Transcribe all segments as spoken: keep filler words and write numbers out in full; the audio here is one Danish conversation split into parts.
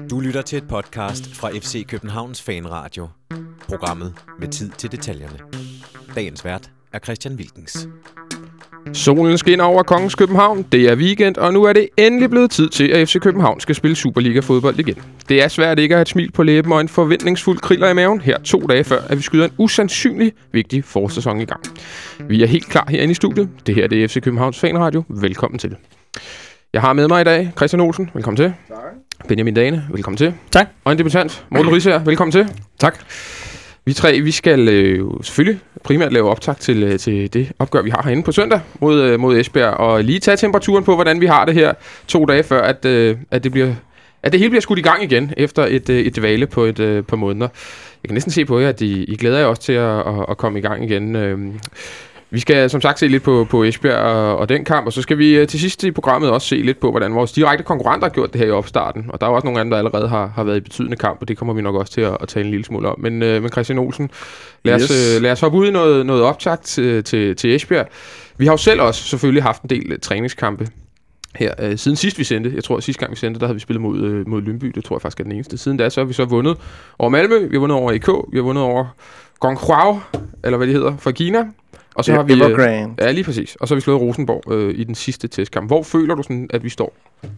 Du lytter til et podcast fra F C Københavns Fanradio. Programmet med tid til detaljerne. Dagens vært er Christian Wilkens. Solen skinner over Kongens København. Det er weekend, og nu er det endelig blevet tid til, at F C København skal spille Superliga-fodbold igen. Det er svært ikke at have et smil på læben og en forventningsfuld kriller i maven her to dage før, at vi skyder en usandsynlig vigtig forårssæson i gang. Vi er helt klar herinde i studiet. Det her det er F C Københavns Fanradio. Velkommen til. Jeg har med mig i dag Christian Olsen. Velkommen til. Tak. Benjamin Dane. Velkommen til. Tak. Og en debutant, Morten Risager. Velkommen til. Tak. Vi tre, vi skal øh, selvfølgelig primært lave optakt til, øh, til det opgør, vi har herinde på søndag mod, øh, mod Esbjerg, og lige tage temperaturen på, hvordan vi har det her to dage før, at, øh, at, det, bliver, at det hele bliver skudt i gang igen efter et, øh, et dvale på et øh, par måneder. Jeg kan næsten se på jer, at I, I glæder jer også til at, at, at komme i gang igen. Øh, Vi skal som sagt se lidt på, på Esbjerg og, og den kamp, og så skal vi til sidst i programmet også se lidt på, hvordan vores direkte konkurrenter har gjort det her i opstarten. Og der er også nogle andre, der allerede har, har været i betydende kamp, og det kommer vi nok også til at, at tale en lille smule om. Men, øh, men Christian Olsen, lad os, yes. øh, lad os hoppe ud i noget, noget optakt til, til, til Esbjerg. Vi har jo selv også selvfølgelig haft en del uh, træningskampe her øh, siden sidst vi sendte. Jeg tror, at sidste gang vi sendte, der havde vi spillet mod, øh, mod Lyngby. Det tror jeg faktisk er den eneste. Siden da så har vi så vundet over Malmø, vi har vundet over A K, vi har vundet over Guangzhou, eller hvad det hedder, fra Kina. Og så har vi Evergrande. Ja, lige præcis. Og så har vi slået Rosenborg øh, i den sidste testkamp. Hvor føler du sådan, at vi står?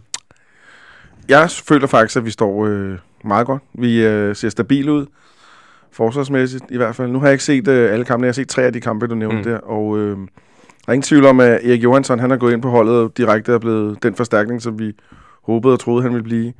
Jeg føler faktisk, at vi står øh, meget godt. Vi øh, ser stabile ud. Forsvarsmæssigt i hvert fald. Nu har jeg ikke set øh, alle kampene. Jeg har set tre af de kampe, du nævnte mm. der. Og øh, der er ingen tvivl om, at Erik Johansson, han har gået ind på holdet og direkte er blevet den forstærkning, som vi håbede og troede, han ville blive.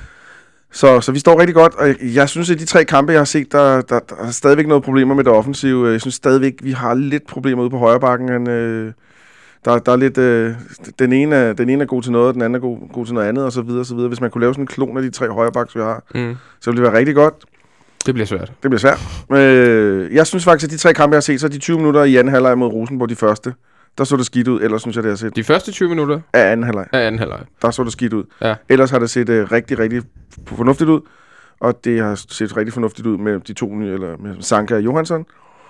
Så, så vi står rigtig godt, og jeg, jeg synes, at de tre kampe, jeg har set, der, der, der er stadigvæk noget problemer med det offensive. Jeg synes stadigvæk, vi har lidt problemer ude på højre bakken. Han, øh, der, der er lidt, øh, den, ene er, den ene er god til noget, og den anden er god, god til noget andet, og så videre, og så videre. Hvis man kunne lave sådan en klon af de tre højre backs, vi har, mm. så ville det være rigtig godt. Det bliver svært. Det bliver svært. Øh, jeg synes faktisk, at de tre kampe, jeg har set, så de tyve minutter i anden halvleg mod Rosenborg, de første, der så det skidt ud. Ellers synes jeg, det har set... De første tyve minutter? Af anden halvleg. Af anden halvleg. Der så det skidt ud. Ja. Ellers har det set uh, rigtig, rigtig fornuftigt ud. Og det har set rigtig fornuftigt ud med de to nye, eller med Sanka og Johansson.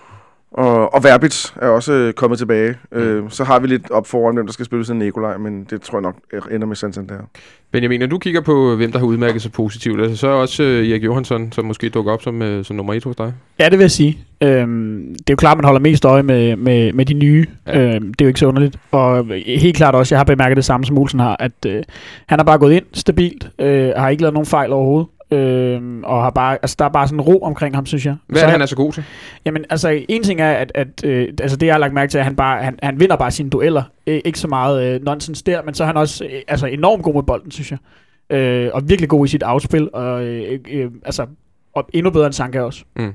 Og, og Verbitz er også øh, kommet tilbage. Mm. Øh, så har vi lidt op foran, hvem der skal spille siden Nikolaj, men det tror jeg nok ender med Santander. Benjamin, når du kigger på, hvem der har udmærket sig positivt, altså, så er også øh, Erik Johansson, som måske dukker op som, øh, som nummer et hos dig. Ja, det vil jeg sige. Øhm, det er jo klart, at man holder mest øje med, med, med de nye. Ja. Øhm, det er jo ikke så underligt. Og helt klart også, jeg har bemærket det samme, som Olsen har, at øh, han har bare gået ind stabilt, øh, har ikke lavet nogen fejl overhovedet. Øhm, og har bare, altså der er bare sådan ro omkring ham, synes jeg. Hvad er det, han er så god til? Jamen, altså en ting er, at, at øh, altså det jeg har lagt mærke til, at han bare, han, han vinder bare sine dueller. Øh, ikke så meget øh, nonsens der, men så er han også øh, altså enormt god med bolden, synes jeg. Øh, og virkelig god i sit afspil, og øh, øh, altså og endnu bedre end Sanka også. Mm.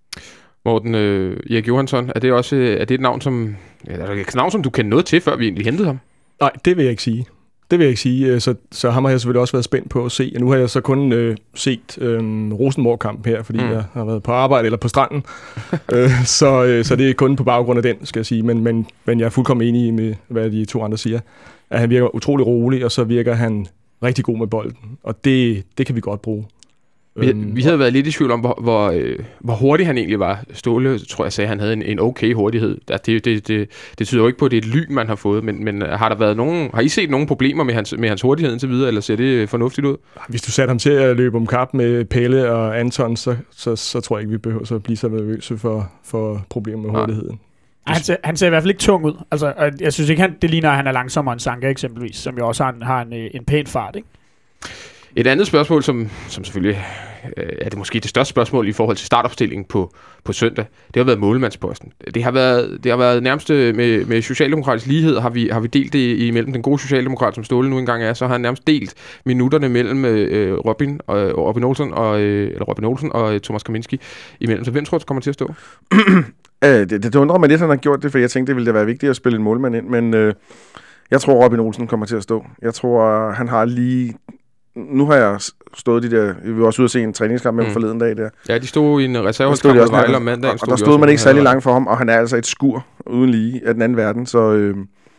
Morten, øh, Erik Johansson, er det også øh, er det et navn, som, ja, er det et navn, som du kendte noget til, før vi egentlig hentede ham? Nej, det vil jeg ikke sige. Det vil jeg ikke sige, så, så ham har jeg selvfølgelig også været spændt på at se. Og nu har jeg så kun øh, set øh, Rosenborg-kamp her, fordi mm. jeg har været på arbejde eller på stranden. øh, så, øh, så det er kun på baggrund af den, skal jeg sige. Men, men, men jeg er fuldkommen enig med, hvad de to andre siger. At han virker utrolig rolig, og så virker han rigtig god med bolden. Og det, det kan vi godt bruge. Vi, vi havde været lidt i tvivl om, hvor, hvor, øh, hvor hurtig han egentlig var. Ståle, tror jeg, sagde, at han havde en, en okay hurtighed. Det, det, det, det, det tyder jo ikke på, at det er et lyn, man har fået, men, men har der været nogen, har I set nogle problemer med hans, med hans hurtighed indtil videre, eller ser det fornuftigt ud? Hvis du satte ham til at løbe om kap med Pelle og Anton, så, så, så tror jeg ikke, vi behøver så at blive så nervøse for, for problemer med hurtigheden. Han ser, han ser i hvert fald ikke tung ud. Altså, jeg synes ikke, han, det ligner, at han er langsommere end Sanka eksempelvis, som jo også har en, har en, en pæn fart, ikke? Et andet spørgsmål, som, som selvfølgelig øh, er det måske det største spørgsmål i forhold til startopstillingen på, på søndag, det har været målmandsposten. Det har været, det har været nærmest med, med socialdemokratisk lighed, har vi, har vi delt det imellem den gode socialdemokrat, som Ståle nu engang er, så har han nærmest delt minutterne mellem øh, Robin, og, Robin Olsen og, øh, eller Robin Olsen og Thomas Kaminski imellem. Så hvem tror du kommer til at stå? det, det, det undrer mig lidt, at han har gjort det, for jeg tænkte, det ville da være vigtigt at spille en målmand ind, men øh, jeg tror, Robin Olsen kommer til at stå. Jeg tror, han har lige... Nu har jeg stået de der... Vi var også ude at se en træningskamp med mm. forleden dag der. Ja, de stod i en reserveholdskamp med Vejle om mandagen. Og, og der stod man ikke særlig langt for ham, og han er altså et skur uden lige af den anden verden, så... Øh,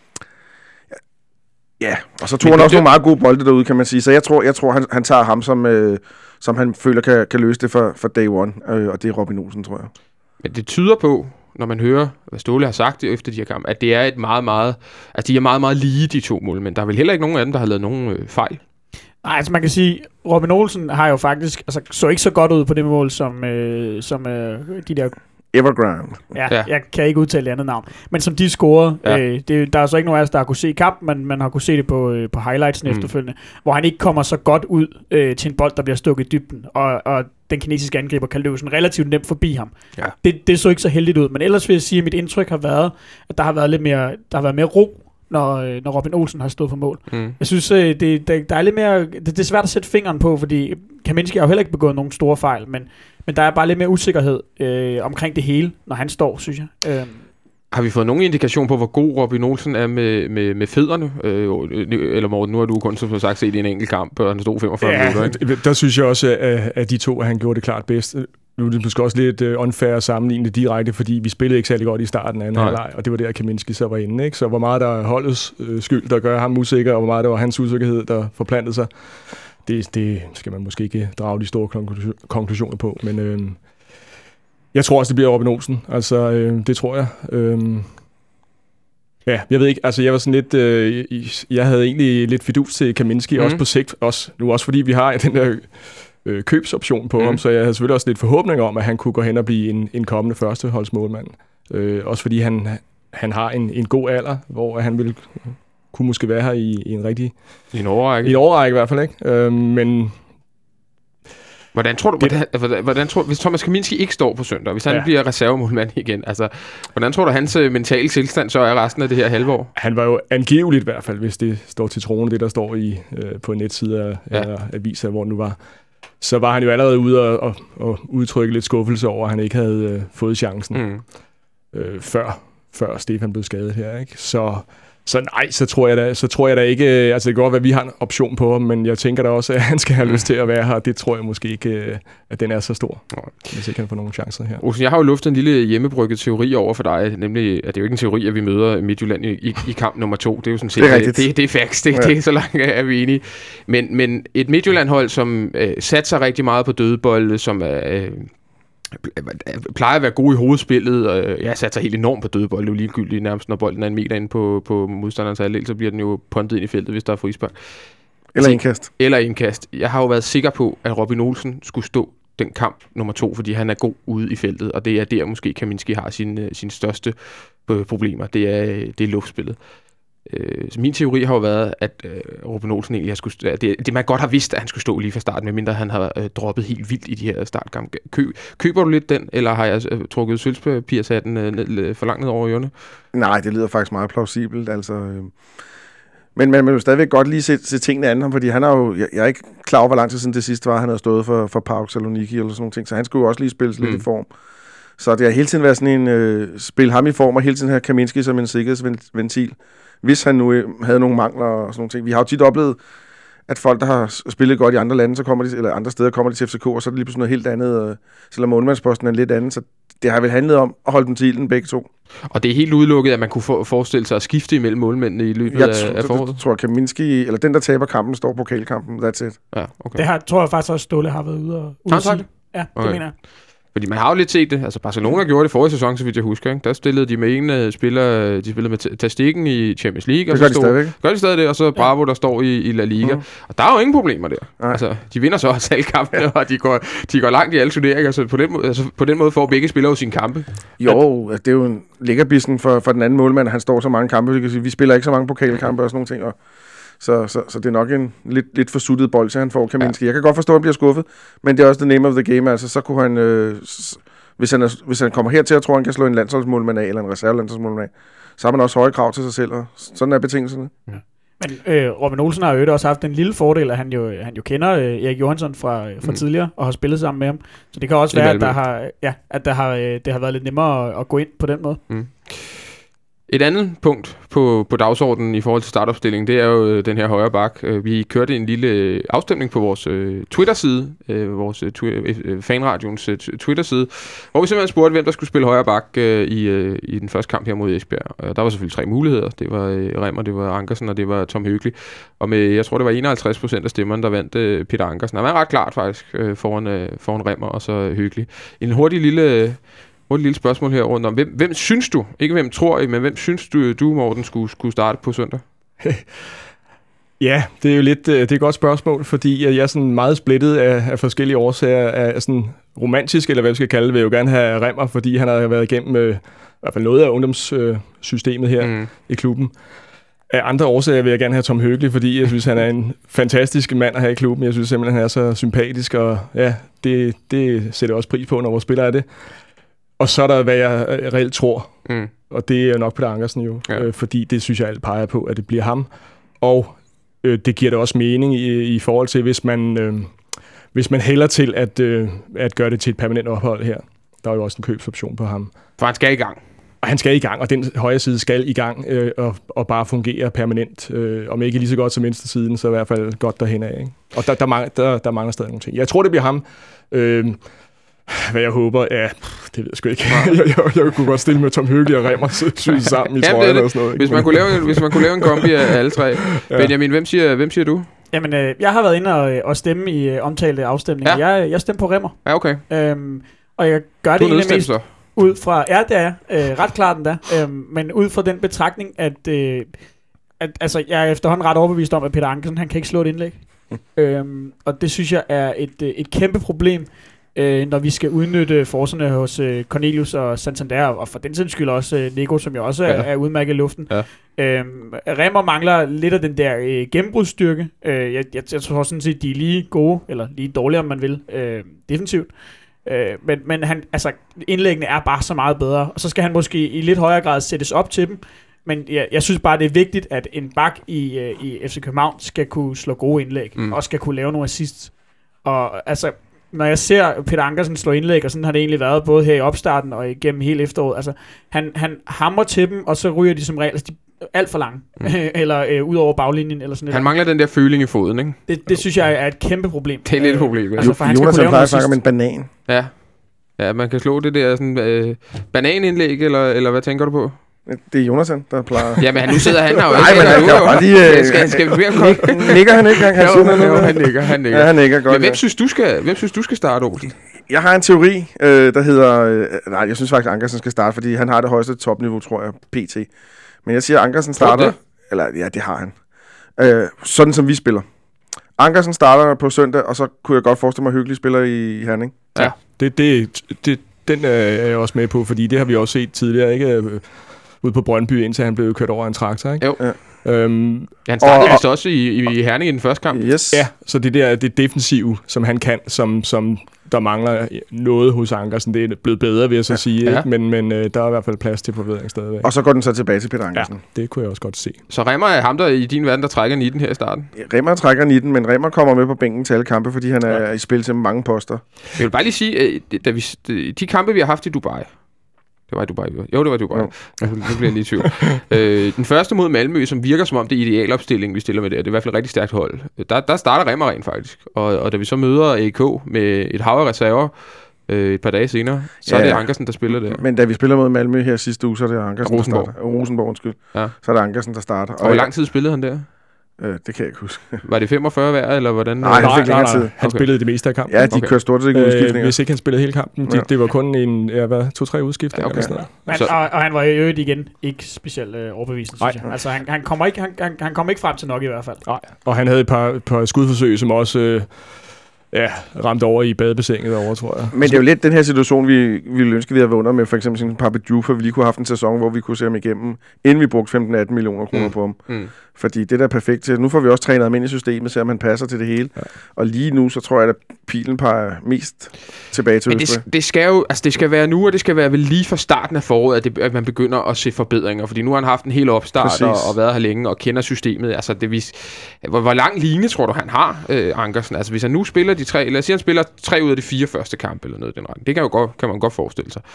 ja, og så tog han også det... nogle meget gode bolde derude, kan man sige. Så jeg tror, jeg tror han, han tager ham, som, øh, som han føler kan, kan løse det for, for day one, øh, og det er Robin Olsen, tror jeg. Men det tyder på, når man hører, hvad Ståle har sagt efter de her kampe, at det er et meget, meget... Altså, de er meget, meget lige, de to mål, men der er vel heller ikke nogen af dem, der har lavet nogen øh, fejl. Nej, altså man kan sige, Robin Olsen har jo faktisk, altså så ikke så godt ud på det mål, som, øh, som øh, de der... Evergrande. Ja, ja, jeg kan ikke udtale det andet navn. Men som de scorede, ja. øh, det, der er så ikke nogen af os, der har kunne se kampen, men man har kunne se det på, øh, på highlightsen mm. efterfølgende, hvor han ikke kommer så godt ud øh, til en bold, der bliver stukket i dybden, og, og den kinesiske angriber kan løbe sådan relativt nemt forbi ham. Ja. Det, det så ikke så heldigt ud, men ellers vil jeg sige, at mit indtryk har været, at der har været lidt mere, der har været mere ro, når, når Robin Olsen har stået på mål. Mm. Jeg synes, det, det, der er lidt mere, det, det er svært at sætte fingeren på, fordi Kaminski har jo heller ikke begået nogen store fejl, men, men der er bare lidt mere usikkerhed øh, omkring det hele, når han står, synes jeg. Øh. Har vi fået nogen indikation på, hvor god Robin Olsen er med, med, med fødderne? Øh, eller Morten, nu har du kun som sagt set i en enkelt kamp, og han stod femogfyrre ja, minutter, ikke? Der synes jeg også, at, at de to, at han gjorde det klart bedst. Nu er det måske også lidt uh, unfair at sammenligne det direkte, fordi vi spillede ikke særlig godt i starten af anden halvleg, og det var der, Kaminski så var inde. Ikke? Så hvor meget der er holdets øh, skyld, der gør ham usikker, og hvor meget der var hans usikkerhed, der forplantede sig, det, det skal man måske ikke drage de store konklusioner, konklusioner på. Men øh, jeg tror også, det bliver Robin Olsen. Altså, øh, det tror jeg. Øh, ja, jeg ved ikke. Altså, jeg var sådan lidt... Øh, jeg havde egentlig lidt fidus til Kaminski, mm. også på sigt. Også, nu også fordi vi har den der... Øh, købsoption på mm. ham, så jeg havde selvfølgelig også lidt forhåbning om, at han kunne gå hen og blive en, en kommende førsteholdsmålmand. Øh, også fordi han, han har en, en god alder, hvor han ville kunne måske være her i, i en rigtig... I en overrække. I en overrække i hvert fald, ikke? Øh, men... Hvordan tror du, hvordan, hvordan, hvordan tror, hvis Thomas Kaminski ikke står på søndag, hvis han ja. bliver reservemålmand igen, altså, hvordan tror du, hans mentale tilstand så er resten af det her halvår? Han var jo angiveligt i hvert fald, hvis det står til troende, det der står i øh, på netsider ja. eller aviser, hvor det nu var. Så var han jo allerede ude og, og, og udtrykke lidt skuffelse over, at han ikke havde øh, fået chancen mm. øh, før, før Stefan blev skadet her, ikke? Så, så nej, så tror jeg da, så tror jeg da ikke, altså det går godt, at vi har en option på ham, men jeg tænker da også, at han skal have mm. lyst til at være her. Det tror jeg måske ikke, at den er så stor, mm. hvis ikke han får nogen chancer her. Olsen, jeg har jo luftet en lille hjemmebrygget teori over for dig, nemlig, at det er jo ikke en teori, at vi møder Midtjylland i, i, i kamp nummer to. Det er jo sådan set, det er, det, det, det er facts, det, ja. det er så langt, er vi enige. Men, men et Midtjylland-hold, som øh, satser rigtig meget på dødbolde, som er... Øh, plejer at være gode i hovedspillet, og jeg satser helt enormt på dødebold. Det er jo ligegyldigt nærmest, når bolden er en meter inde på, på modstanderens halvdel, så bliver den jo puntet ind i feltet, hvis der er frispark. Eller indkast. Eller indkast. Jeg har jo været sikker på, at Robin Olsen skulle stå den kamp nummer to, fordi han er god ude i feltet, og det er der måske Kaminski har sine, sine største problemer. Det er, det er luftspillet. Så min teori har jo været, at øh, Robin Olsen egentlig har skulle, det, det man godt har vidst, at han skulle stå lige fra starten, medmindre han har øh, droppet helt vildt i de her startkampe. Kø, køber du lidt den, eller har jeg øh, trukket sølvpapirshatten øh, for langt ned over ørerne? Nej, det lyder faktisk meget plausibelt. Altså, øh. Men man vil jo stadigvæk godt lige se, se tingene an ham, fordi han er jo, jeg, jeg er ikke klar over, hvor lang tid siden det sidste var, han havde stået for, for PAOK Saloniki eller sådan nogle ting, så han skulle jo også lige spilles mm. lidt i form. Så det har hele tiden været sådan en, øh, spil ham i form, og hele tiden have Kaminski som en sikkerhedsventil, hvis han nu havde nogle mangler og sådan nogle ting. Vi har jo tit oplevet, at folk, der har spillet godt i andre lande, så kommer de, eller andre steder, kommer de til F C K, og så er det lige pludselig noget helt andet, øh, selvom undmandsposten er lidt andet, så det har vel handlet om at holde dem til ilden begge to. Og det er helt udelukket, at man kunne for, forestille sig at skifte imellem målmændene i løbet jeg af, t- af foråret? Jeg tror, at Kaminski, eller den, der taber kampen, står på pokalkampen. That's it. Ja, okay. Det har, tror jeg faktisk også, Ståle har været ude og ude sige. Ja, det okay. mener jeg. Fordi man har jo lidt set det. Altså Barcelona gjorde det forrige sæson, så vidt jeg husker. Ikke? Der stillede de med en spiller, de spillede med Tastikken i Champions League. Det og gør så de stadig, Gør de stadig det, og så Bravo, der står i, i La Liga. Mm. Og der er jo ingen problemer der. Nej. Altså, de vinder så også alle kampene, ja. og de går, de går langt i alle turneringer. Så på den måde, altså, på den måde får begge spillere jo sine kampe. Jo, at, det er jo en lækkerbissen for, for den anden målmand, han står så mange kampe. Vi, vi spiller ikke så mange pokalkampe og sådan nogle ting, og Så, så, så det er nok en lidt, lidt forsuttet bold, så han får Kaminski. Ja. Jeg kan godt forstå, at han bliver skuffet, men det er også the name of the game. Altså, så kunne han, øh, hvis, han er, hvis han kommer hertil og tror, han kan slå en landsholdsmålmand af, eller en reservelandsholdsmålmand af, så har man også høje krav til sig selv, og sådan er betingelserne. Ja. Men øh, Robin Olsen har jo også haft en lille fordel, at han jo, han jo kender øh, Erik Johansson fra, fra mm. tidligere, og har spillet sammen med ham. Så det kan også I være, at, der har, ja, at der har, øh, det har været lidt nemmere at, at gå ind på den måde. Mm. Et andet punkt på, på dagsordenen i forhold til startopstillingen, det er jo den her højre bak. Vi kørte en lille afstemning på vores øh, Twitter-side, øh, vores øh, fanradions øh, Twitter-side, hvor vi simpelthen spurgte, hvem der skulle spille højre bak øh, i, øh, i den første kamp her mod Esbjerg. Og der var selvfølgelig tre muligheder. Det var øh, Remmer, det var Ankersen, og det var Tom Høgli. Og med, jeg tror, det var enoghalvtreds procent af stemmerne, der vandt øh, Peter Ankersen. Han var ret klart faktisk øh, foran, øh, foran Remmer og så Høgli. En hurtig lille... Øh, Og et lille spørgsmål her rundt om. Hvem, hvem synes du, ikke hvem tror I, men hvem synes du, du Morten, skulle, skulle starte på søndag? Ja, det er jo lidt det er et godt spørgsmål, fordi jeg er sådan meget splittet af, af forskellige årsager. Af sådan romantisk, eller hvad vi skal kalde det, vil jeg jo gerne have Remmer, fordi han har været igennem øh, i hvert fald noget af ungdomssystemet her mm. i klubben. Af andre årsager vil jeg gerne have Tom Høgli, fordi jeg synes, han er en fantastisk mand at have i klubben. Jeg synes simpelthen, han er så sympatisk, og ja, det, det sætter også pris på, når vores spillere er det. Og så er der, hvad jeg reelt tror, mm. og det er nok Peter Ankersen jo, ja. øh, fordi det synes jeg alt peger på, at det bliver ham. Og øh, det giver da også mening i, i forhold til, hvis man, øh, hvis man hælder til at, øh, at gøre det til et permanent ophold her. Der er jo også en købsoption på ham. For han skal i gang. Og han skal i gang, og den højre side skal i gang øh, og, og bare fungere permanent. Øh, om ikke lige så godt som venstre siden, så i hvert fald godt derhen af. Ikke? Og der, der, mangler, der, der mangler stadig nogle ting. Jeg tror, det bliver ham. Øh, hvad jeg håber, ja, det ved jeg sgu ikke. jeg, jeg, jeg kunne godt stille med Tom Høgli og Remmer syet sammen i trøjen og sådan noget. Hvis man, kunne lave, hvis man kunne lave en kombi af alle tre. Ja. Benjamin, hvem siger, hvem siger du? Jamen, øh, jeg har været inde og, og stemme i øh, omtalte afstemninger. Ja. Jeg, jeg stemmer på Remmer. Ja, okay. Øhm, og jeg gør du det egentlig mest så? ud fra... Ja, det er øh, ret klart endda. Øhm, men ud fra den betragtning, at, øh, at altså, jeg er efterhånden ret overbevist om, at Peter Ankersen, han kan ikke slå et indlæg. øhm, og det synes jeg er et, et kæmpe problem, øh, når vi skal udnytte forserne hos øh, Cornelius og Santander, og for den sags skyld også øh, Nico, som jo også ja. er, er udmærket i luften. Ja. Øhm, Remmer mangler lidt af den der øh, gennembrudsstyrke. Øh, jeg, jeg, jeg tror sådan set, de er lige gode, eller lige dårlige, om man vil, øh, defensivt. Øh, men men han, altså, indlæggene er bare så meget bedre, og så skal han måske i lidt højere grad sættes op til dem. Men jeg, jeg synes bare, det er vigtigt, at en bak i, øh, i F C København skal kunne slå gode indlæg, mm. og skal kunne lave nogle assists. Og altså, når jeg ser Peter Ankersen slå indlæg, og sådan har det egentlig været både her i opstarten og igennem hele efteråret, altså, han, han hamrer til dem, og så ryger de som regel, altså, de alt for lange, mm. eller øh, ud over baglinjen, eller sådan noget. Han mangler den der føling i foden, ikke? Det, det synes jeg er et kæmpe problem. Det er lidt et problem, ja. Altså, for han Jonas, han plejer at snakke om en banan. Ja. Ja, man kan slå det der sådan øh, bananindlæg, eller, eller hvad tænker du på? Det er Jonathan, der plejer... Jamen, nu sidder han her jo ikke. Nej, men han kan jo bare lige... Øh, skal, skal vi mere komme? Nikker han ikke? Han, han, jo, jo, jo, han nikker, han nikker. Ja, han nikker godt. Ja, hvem, ja. synes, du skal, hvem synes, du skal starte, Olsen? Jeg har en teori, øh, der hedder... Øh, nej, jeg synes faktisk, Ankersen skal starte, fordi han har det højeste topniveau, tror jeg, P T. Men jeg siger, Ankersen starter... Eller, ja, det har han. Øh, sådan som vi spiller. Ankersen starter på søndag, og så kunne jeg godt forestille mig, at Høgli spiller i Herning. Ja, det, det, det, den er jeg også med på, fordi det har vi også set tidligere, ikke? Ude på Brøndby, indtil han blev kørt over en traktor, ikke? Jo. Ja. Øhm, ja, han startede vist også i, i Herning i den første kamp. Yes. Ja, så det der det defensive, som han kan, som, som der mangler noget hos Ankersen, det er blevet bedre, vil jeg så ja. sige, ja. ikke? Men, men øh, der er i hvert fald plads til forbedring stadigvæk. Og så går den så tilbage til Peter Ankersen. Ja, det kunne jeg også godt se. Så Remmer er ham, der i din verden, der trækker nitten her i starten? Ja, Remmer trækker nitten, men Remmer kommer med på bænken til alle kampe, fordi han er ja. i spil til mange poster. Jeg vil bare lige sige, da vi, de kampe, vi har haft i Dubai, det var i Dubai. Jo, det var i Dubai. Jo. Nu bliver jeg lige i tvivl. øh, den første mod Malmø, som virker som om det er idealopstilling, vi stiller med det. Det er i hvert fald et rigtig stærkt hold. Der, der starter Remmer rent faktisk. Og, og da vi så møder A K med et hav af reserver øh, et par dage senere, så ja, er det Ankersen, der spiller der. Men da vi spiller mod Malmø her sidste uge, så er det Ankersen, Rosenborg. der starter. Rosenborg, undskyld. Ja. Så er det Ankersen, der starter. Og, og hvor lang tid spillede han der? Øh, det kan jeg ikke huske. Var det femogfyrre hver, eller hvordan? Nej, han fik længere tid. Han okay. spillede det meste af kampen. Ja, de okay. kørte stort set ikke udskiftninger. Øh, hvis ikke han spillede hele kampen, de, ja. det var kun en, ja, hvad, to-tre udskiftninger. Ja, okay. Eller Men, og, og han var i øvrigt igen ikke specielt øh, overbevisende, synes jeg. Altså, han, han, kommer ikke, han, han, han kommer ikke frem til nok i hvert fald. Nej, og han havde et par, par skudforsøg, som også... Øh, Ja, ramt over i badebassinet derovre, tror jeg. Men det er jo lidt den her situation, vi, vi ville ønske, vi havde været under med, for eksempel sådan Pape Diouf, for vi lige kunne have haft en sæson, hvor vi kunne se ham igennem, inden vi brugte femten atten millioner kroner mm. på ham. Mm. Fordi det der er perfekt til. Nu får vi også trænet ham ind i systemet, så man passer til det hele. Ja. Og lige nu, så tror jeg, at pilen peger mest tilbage til Østrig. Det, det skal jo, altså det skal være nu, og det skal være vel lige fra starten af foråret, at, det, at man begynder at se forbedringer. Fordi nu har han haft en hel opstart og, og været her længe og kender systemet. Altså det vis, hvor, hvor lang linje tror du, han har, øh, Ankersen? Altså hvis han nu spiller de tre, lad os sige, han spiller tre ud af de fire første kampe eller noget den retning. Det kan, jo godt, kan man godt forestille sig.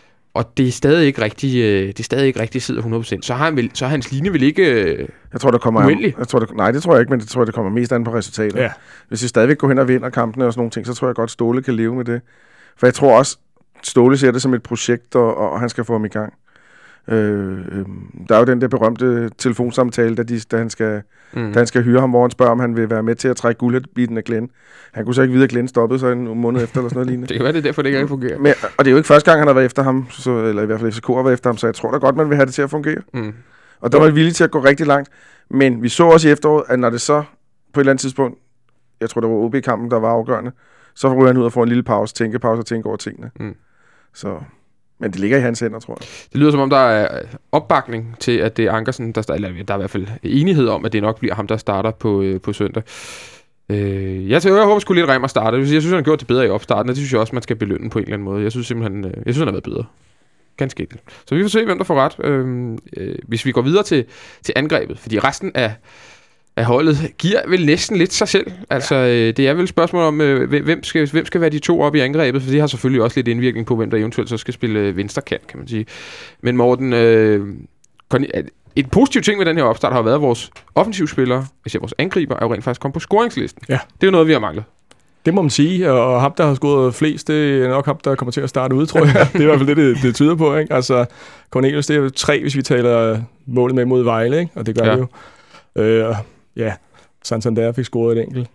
Og det er stadig ikke rigtig, øh, det er stadig ikke rigtig sidder hundrede procent. Så har han vel, så har hans linje vel ikke øh, jeg tror der kommer jeg tror der, nej, det tror jeg ikke, men det tror jeg det kommer mest an på resultatet. Ja. Hvis vi stadigvæk går hen og vinder kampene og sådan nogle ting, så tror jeg godt Ståle kan leve med det. For jeg tror også Ståle ser det som et projekt og, og han skal få ham i gang. Øh, øh, der er jo den der berømte telefonsamtale, da, de, da, han skal, mm. da han skal hyre ham, hvor han spørger, om han vil være med til at trække guldbiten af Glenn. Han kunne så ikke vide, at Glenn stoppede så en måned efter, eller sådan noget lignende. Det kan være, det er derfor, det ikke engang fungerer. Men, og det er jo ikke første gang, han har været efter ham, så, eller i hvert fald F C K har været efter ham, så jeg tror da godt, man vil have det til at fungere. Mm. Og der var vi villige til at gå rigtig langt. Men vi så også i efteråret, at når det så på et eller andet tidspunkt, jeg tror, det var O B-kampen, der var afgørende, så ryger han ud og får en lille pause, tænkepause og tænke over tingene. Mm. Så, men det ligger i hans hænder, tror jeg. Det lyder som om, der er opbakning til, at det er Ankersen, der starter, eller der er i hvert fald enighed om, at det nok bliver ham, der starter på, øh, på søndag. Øh, jeg, jeg håber sgu lidt, at Reimer starter. Jeg synes, han har gjort det bedre i opstarten, og det synes jeg også, man skal belønne på en eller anden måde. Jeg synes simpelthen, øh, jeg synes, han har været bedre. Ganske enkelt. Så vi får se, hvem der får ret. Øh, øh, hvis vi går videre til, til angrebet, fordi resten af af holdet giver vel næsten lidt sig selv. Altså, ja. øh, det er vel et spørgsmål om, øh, hvem, skal, hvem skal være de to op i angrebet, for det har selvfølgelig også lidt indvirkning på, hvem der eventuelt så skal spille øh, venstrekant, kan man sige. Men Morten, øh, et positivt ting med den her opstart har været, at vores offensivspillere, hvis jeg vores angriber, er jo rent faktisk kommet på scoringslisten. Ja. Det er jo noget, vi har manglet. Det må man sige, og ham, der har scoret flest, det er nok ham, der kommer til at starte ude, tror jeg. Det er i hvert fald det, det, det tyder på, ikke? Altså, Cornelius, det er jo tre, hvis vi taler målet med mod Vejle, ikke? Og det gør ja. vi jo. Øh, Ja, Santander fik scoret et enkelt.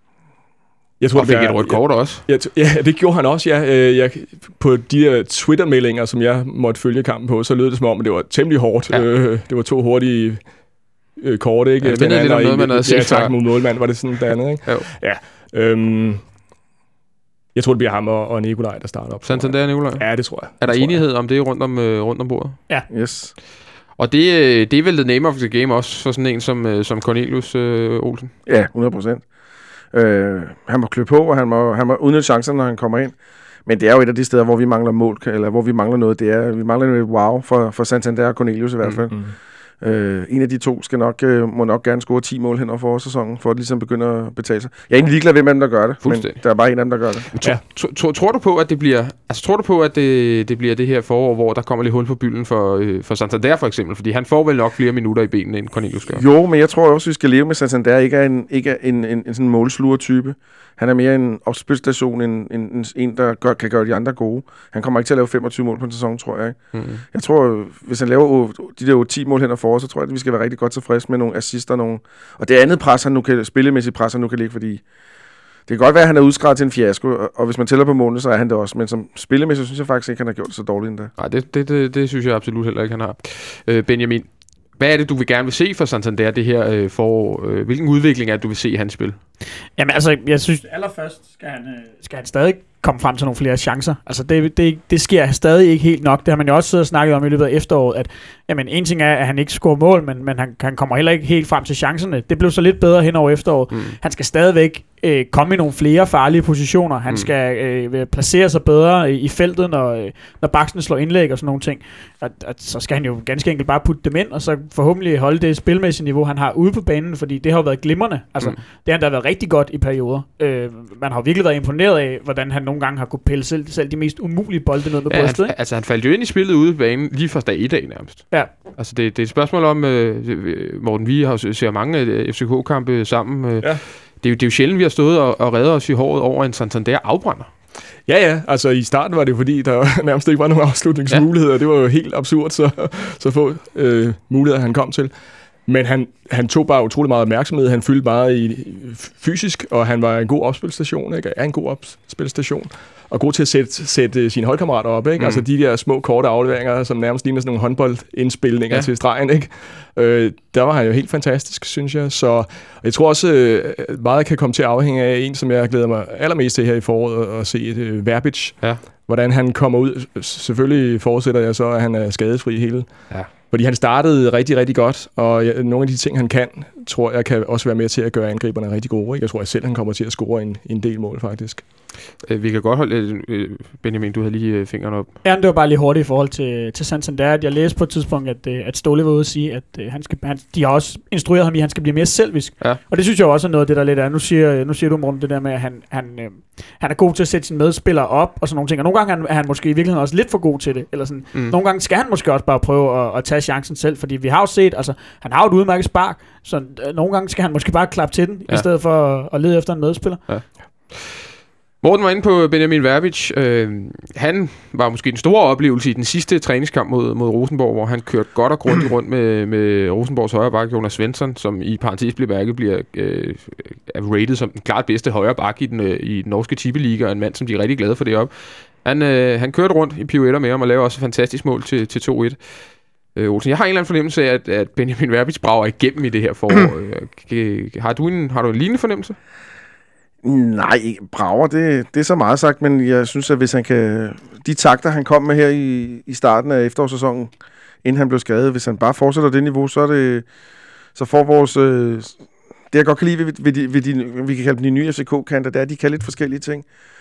Jeg tror, og fik et rødt kort også. Ja, ja, det gjorde han også, ja. Jeg, på de der Twitter-meldinger, som jeg måtte følge kampen på, så lød det som om, at det var temmelig hårdt. Ja. Øh, det var to hurtige øh, kort, ikke? Ja, det er lidt om noget, man havde set. Ja, tak mod målmand, var det sådan det andet, ikke? Jo. Ja. Øhm, jeg tror, det bliver ham og, og Nikolaj, der starter op. Santander og Nikolaj? Ja, det tror jeg. Er der det enighed om det rundt om, øh, rundt om bordet? Ja. Yes. Og det, det er vel the name of the game også for sådan en som, som Cornelius øh, Olsen? Ja, hundrede procent. Øh, han må klø på, og han må, han må udnytte chancerne, når han kommer ind. Men det er jo et af de steder, hvor vi mangler mål, eller hvor vi mangler noget. Det er, vi mangler noget wow for, for Santander og Cornelius i hvert fald. Mm-hmm. Øh, en af de to skal nok, øh, må nok gerne score ti mål hen over forårssæsonen, for at det ligesom begynder at betale sig. Jeg er egentlig ligeglad ved, hvem der gør det, men der er bare en af dem, der gør det. Ja. Tror, tror, tror du på, at det bliver, altså tror du på, at det, det bliver det her forår, hvor der kommer lidt hul på bylden for, øh, for Santander for eksempel? Fordi han får vel nok flere minutter i benene, end Cornelius gør. Jo, men jeg tror også, vi skal leve med Santander. Ikke er en, ikke er en, en, en, en sådan målsluger-type. Han er mere en opspilstation, en, en, en, en der gør, kan gøre de andre gode. Han kommer ikke til at lave femogtyve mål på en sæson, tror jeg. Ikke? Mm-hmm. Jeg tror, hvis han laver de der ti mål hen og for, så tror jeg, at vi skal være rigtig godt tilfreds med nogle assister. Nogle. Og det andet pres, han nu kan, spillemæssigt pres, han nu kan ligge, fordi det kan godt være, at han er udskrevet til en fiasko, og, og hvis man tæller på målene, så er han det også. Men som spillemæssigt synes jeg faktisk ikke, han har gjort det så dårligt endda. Nej, det, det, det, det synes jeg absolut heller ikke, han har. Øh, Benjamin, hvad er det, du vil gerne vil se for Santander det her øh, forår? Øh, hvilken udvikling er det, du vil se i hans spil? Jamen altså, jeg synes allerførst skal han, øh, skal han stadig komme frem til nogle flere chancer. Altså det, det, det sker stadig ikke helt nok. Det har man jo også siddet og snakket om i løbet af efteråret, at jamen, en ting er, at han ikke scorer mål, men, men han, han kommer heller ikke helt frem til chancerne. Det blev så lidt bedre hen over efteråret. Mm. Han skal stadigvæk øh, komme i nogle flere farlige positioner. Han mm. skal øh, placere sig bedre i, i feltet, når, øh, når baksen slår indlæg og sådan nogle ting. At, at, så skal han jo ganske enkelt bare putte dem ind, og så forhåbentlig holde det spilmæssige niveau, han har ude på banen, fordi det har jo været glimrende. Altså, mm. det har da været rigtig godt i perioder. Øh, man har virkelig været imponeret af, hvordan han nogle gange har kunne pille selv, selv de mest umulige bolde ned med ja, brystet. Han, altså han faldt jo ind i spillet ude på banen lige fra dag i dag nærmest. Ja. Altså det, det er et spørgsmål om, øh, Morten, vi har ser mange øh, F C K-kampe sammen. Øh, ja. det, er jo, det er jo sjældent, vi har stået og, og reddet os i håret over en Santander afbrænder. Ja, ja. Altså i starten var det fordi, der nærmest ikke var nogen afslutningsmuligheder. Ja. Det var jo helt absurd, så, så få øh, muligheder, han kom til. Men han, han tog bare utrolig meget opmærksomhed. Han fyldte meget i, fysisk, og han var en god opspilstation, ikke? Er en god opspilstation. Og god til at sætte, sætte sine holdkammerater op, ikke? Mm. Altså de der små, korte afleveringer, som nærmest ligner sådan nogle håndboldindspilninger ja. til stregen, ikke? Øh, der var han jo helt fantastisk, synes jeg. Så jeg tror også, øh, meget kan komme til at afhænge af en, som jeg glæder mig allermest til her i foråret, at se et øh, Verbic. Ja. Hvordan han kommer ud. Selvfølgelig forudsætter jeg så, at han er skadesfri hele. Ja. Fordi han startede rigtig, rigtig godt, og ja, nogle af de ting, han kan, tror jeg, kan også være med til at gøre angriberne rigtig gode. Ikke? Jeg tror jeg selv, han kommer til at score en, en del mål, faktisk. Øh, vi kan godt holde... Øh, Benjamin, du havde lige øh, fingrene op. Ja, det var bare lige hurtigt i forhold til, til Santander, at jeg læste på et tidspunkt, at, at Ståle var ude at sige, at øh, han skal, han, de har også instrueret ham i, at han skal blive mere selvisk. Ja. Og det synes jeg også er noget af det, der lidt er. Nu siger, nu siger du, Morten, det der med, at han, han, øh, han er god til at sætte sine medspillere op, og sådan nogle ting. Og nogle gange er han, er han måske i virkeligheden også lidt for god til det. Eller sådan. Mm. Nogle gange skal han måske også bare prøve at, at tage chancen selv, fordi vi har jo set, altså han har jo et udmærket spark, så øh, nogle gange skal han måske bare klappe til den, ja. i stedet for at, at lede efter en medspiller. Ja. Morten var inde på Benjamin Verbic. Øh, han var måske den store oplevelse i den sidste træningskamp mod, mod Rosenborg, hvor han kørte godt og grundigt rundt med, med Rosenborgs højre bak, Jonas Svensson, som i parentes bemærket bliver øh, rated som den klart bedste højre bak i den, øh, i den norske Tippeliga, og en mand, som de er rigtig glade for det op. Han, øh, han kørte rundt i pirouetter med ham og lavede også et fantastisk mål til, til to et. øh, Olsen. Jeg har en eller anden fornemmelse af, at, at Benjamin Verbic brager igennem i det her forår. øh, har, du en, har du en lignende fornemmelse? Nej, brager, det, det er så meget sagt, men jeg synes, at hvis han kan... De takter, han kom med her i, i starten af efterårssæsonen, inden han blev skadet, hvis han bare fortsætter det niveau, så er det... Så får vores... Øh, det, jeg godt kan lide ved, ved, de, ved de, vi kan kalde dem de nye F C K-kanter, det er, at de kan lidt forskellige ting.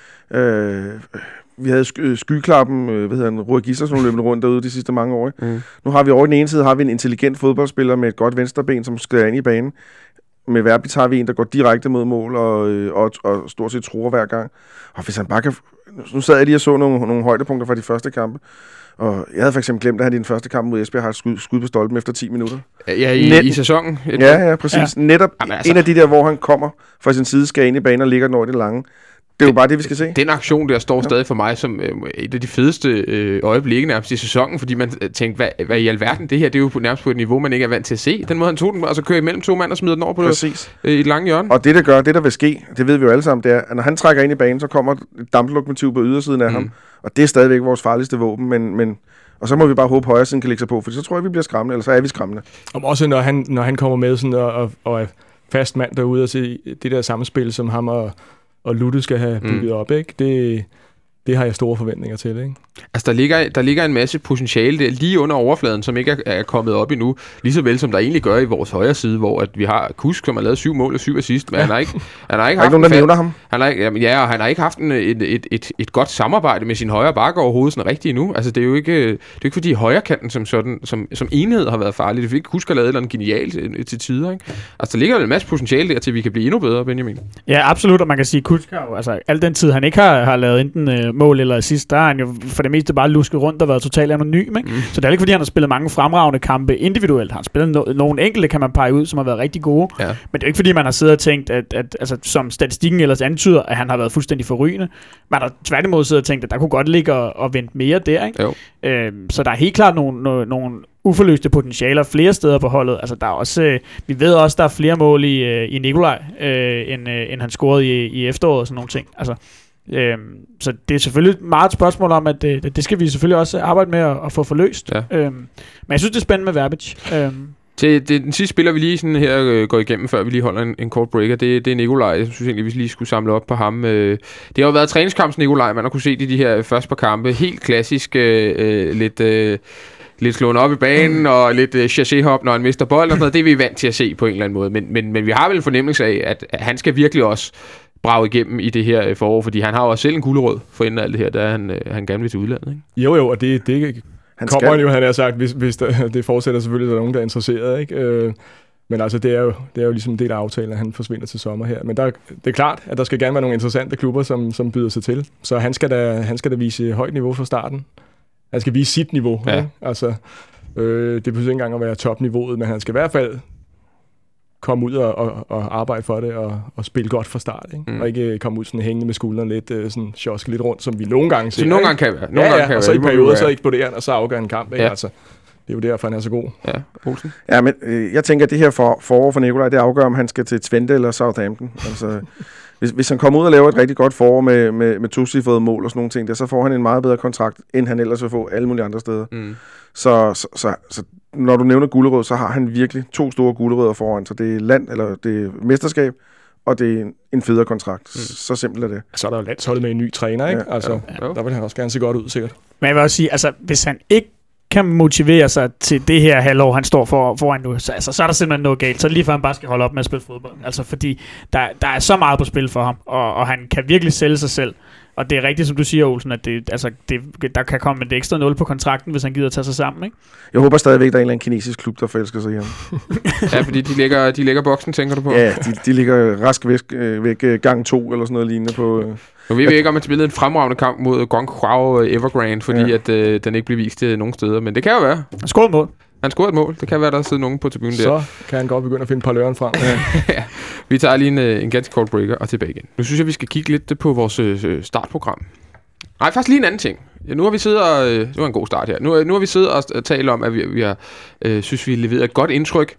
Øh, vi havde sk- skyklappen, øh, hvad hedder han, Rui Gissersen løbende rundt derude de sidste mange år. Mm. Nu har vi over den ene side, har vi en intelligent fodboldspiller med et godt venstreben, som skal ind i banen. Med Verbic har vi en, der går direkte mod mål og, og, og stort set truer hver gang. Og hvis han bare kan... Nu sad jeg lige og så nogle, nogle højdepunkter fra de første kampe. Og jeg havde for eksempel glemt, at han i den første kamp mod Esbjerg har et skud, skud på stolpen efter ti minutter. Ja, i, Net, i sæsonen. Ja, ja, præcis. Ja. Netop Jamen, altså, en af de der, hvor han kommer fra sin side, skal ind i banen og ligger den over det lange. Det er jo bare det, vi skal se. Den aktion der står ja. stadig for mig som øh, et af de fedeste øh, øjeblikke nærmest i sæsonen, fordi man øh, tænkte, hvad, hvad i alverden, det her, det er jo på, nærmest på et niveau, man ikke er vant til at se. Den måde, han tog den, og så kører imellem to mand og smider den over på det, øh, i et lange hjørne. Og det, der gør, det der vil ske, det ved vi jo alle sammen, det er, at når han trækker ind i banen, så kommer et damplokomotiv på ydersiden af mm. ham, og det er stadigvæk vores farligste våben, men... men og så må vi bare håbe, at højre siden kan lægge sig på, for så tror jeg, vi bliver skræmmende, eller så er vi skræmmende. Og også når han, når han kommer med sådan og, og, og er fast mand derude og se det der samspil, som ham og, og Lutte skal have bygget mm. op, ikke? Det, det har jeg store forventninger til, ikke? Altså, der ligger, der ligger en masse potentiale der lige under overfladen, som ikke er, er kommet op endnu. Lige så vel som der egentlig gør i vores højre side, hvor at vi har Kusk, som har lavet syv mål og syv assist, men ja. han har ikke, han har ikke haft... Der er ikke nogen, der nævner ham. Han har, jamen, ja, og han har ikke haft en, et, et, et, et godt samarbejde med sin højre bakke overhovedet sådan rigtigt endnu. Altså, det er jo ikke, det er ikke fordi højrekanten som sådan, som, som enhed har været farlig. Det er ikke Kusk har lavet et eller andet genialt til tider, ikke? Altså, der ligger en masse potentiale der, til vi kan blive endnu bedre, Benjamin. Ja, absolut, og man kan sige, Kusk har jo, altså, al den tid, han ikke har, har lavet enten øh, mål eller assist, der har han jo for det meste bare lusket rundt og været totalt anonym, ikke? Mm. Så det er ikke fordi, han har spillet mange fremragende kampe individuelt. Han har spillet no- nogle enkelte, kan man pege ud, som har været rigtig gode. Ja. Men det er ikke fordi, man har siddet og tænkt, at, at altså, som statistikken ellers antyder, at han har været fuldstændig forrygende. Man har tværtimod siddet og tænkt, at der kunne godt ligge og, og vente mere der, ikke? Øhm, så der er helt klart nogle, nogle, nogle uforløste potentialer flere steder på holdet. Altså, der er også, øh, vi ved også, der er flere mål i, øh, i Nikolaj, øh, end, øh, end han scorede i, i efteråret og sådan nogle ting. Altså, Øhm, så det er selvfølgelig meget et spørgsmål om, at det, det skal vi selvfølgelig også arbejde med at, at få forløst. Ja. Øhm, men jeg synes, det er spændende med Verbic. Øhm. Til det, den sidste spiller, vi lige sådan her øh, går igennem, før vi lige holder en, en kort breaker, det, det er Nikolaj. Jeg synes egentlig, vi lige skulle samle op på ham. Øh, det har jo været træningskamps Nikolaj, man har kunne se det i de her første par kampe. Helt klassisk, øh, øh, lidt... Øh, lidt slået op i banen, mm. og lidt uh, chassé-hop, når han mister bold og sådan noget. Det er vi vant til at se på en eller anden måde. Men, men, men vi har vel en fornemmelse af, at, at han skal virkelig også brage igennem i det her uh, forår, fordi han har jo også selv en gulerod for inden af alt det her, der han, uh, han gerne vil til udlandet, ikke? Jo, jo, og det, det han kommer han jo, han har sagt, hvis, hvis der, det fortsætter selvfølgelig, der er nogen, der er interesseret, ikke? Øh, men altså, det er, jo, det er jo ligesom en del af aftalen, at han forsvinder til sommer her. Men der, det er klart, at der skal gerne være nogle interessante klubber, som, som byder sig til. Så han skal da, han skal da vise højt niveau fra starten. Han skal vise sit niveau. Ja. Ikke? Altså, øh, det behøver ikke engang at være topniveauet, men han skal i hvert fald komme ud og, og, og arbejde for det og, og spille godt fra start. Ikke? Mm. Og ikke komme ud sådan hængende med skuldrene lidt, øh, sådan sjoske lidt rundt, som vi nogle gange ser. Så nogle gange kan være. Nogle ja, gange ja, kan og så være. i perioder så eksploderer han, og så afgør en kamp. Ikke? Ja. Altså, det er jo derfor, han er så god. Ja, Olsen. Ja, men øh, jeg tænker, at det her for, forår for Nikolaj, det afgør, om han skal til Twente eller Southampton. Altså, hvis, hvis han kommer ud og laver et rigtig godt forår med, med, med tocifrede mål og sådan nogle ting, der, så får han en meget bedre kontrakt, end han ellers vil få alle mulige andre steder. Mm. Så, så, så, så når du nævner gulerod, så har han virkelig to store gulerødder foran. Så det er land, eller det er mesterskab, og det er en federe kontrakt. Mm. Så simpelt er det. Så er der jo landsholdet med en ny træner, ikke? Ja, altså, ja. Der vil han også gerne se godt ud, sikkert. Men jeg vil også sige, altså, hvis han ikke kan motivere sig til det her halvår, han står for, foran nu, så, altså, så er der simpelthen noget galt. Så er det lige for, han bare skal holde op med at spille fodbold. Altså, fordi der, der er så meget på spil for ham, og, og han kan virkelig sælge sig selv. Og det er rigtigt, som du siger, Olsen, at det, altså, det, der kan komme et ekstra nul på kontrakten, hvis han gider at tage sig sammen, ikke? Jeg håber stadigvæk, der er en eller anden kinesisk klub, der forelsker sig i ham. Ja, fordi de lægger, de lægger boksen, tænker du på? Ja, de, de ligger rask væk, væk gang to, eller sådan noget lignende på... Nu ved vi ikke, om man spillede en fremragende kamp mod Guangzhou Evergrande, fordi ja. at, øh, den ikke blev vist til nogen steder, men det kan jo være. Han scorede et mål. Han scorede et mål. Det kan være, der sidder nogen på tribunen der. Så kan han godt begynde at finde et par løren frem. Ja. Ja. Vi tager lige en, en ganske kort breaker og tilbage igen. Nu synes jeg, vi skal kigge lidt på vores øh, startprogram. Nej, faktisk lige en anden ting. Ja, nu har vi siddet og... Øh, det var en god start her. Nu, nu har vi siddet og talt om, at vi, vi har, øh, synes, vi har leveret et godt indtryk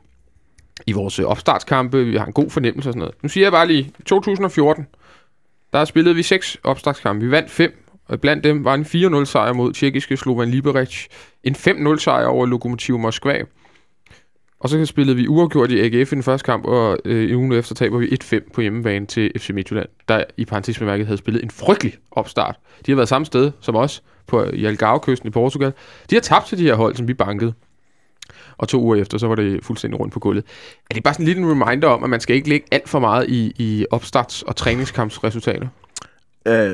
i vores øh, opstartskampe. Vi har en god fornemmelse og sådan noget. Nu siger jeg bare lige, to tusind og fjorten, der spillede vi seks opstartskampe. Vi vandt fem, Og blandt dem var en fire nul sejr mod tjekkiske Slovan Liberec, en fem nul sejr over Lokomotiv Moskva. Og så spillede vi uafgjort i A G F i den første kamp, og øh, en uge efter taber vi et fem på hjemmebane til F C Midtjylland, der i parentes bemærket havde spillet en frygtelig opstart. De har været samme sted som os, på i Algarve-kysten i Portugal. De har tabt til de her hold, som vi bankede. Og to uger efter, så var det fuldstændig rundt på gulvet. Er det bare sådan en lille reminder om, at man skal ikke lægge alt for meget i, i opstarts- og træningskampsresultater? Øh,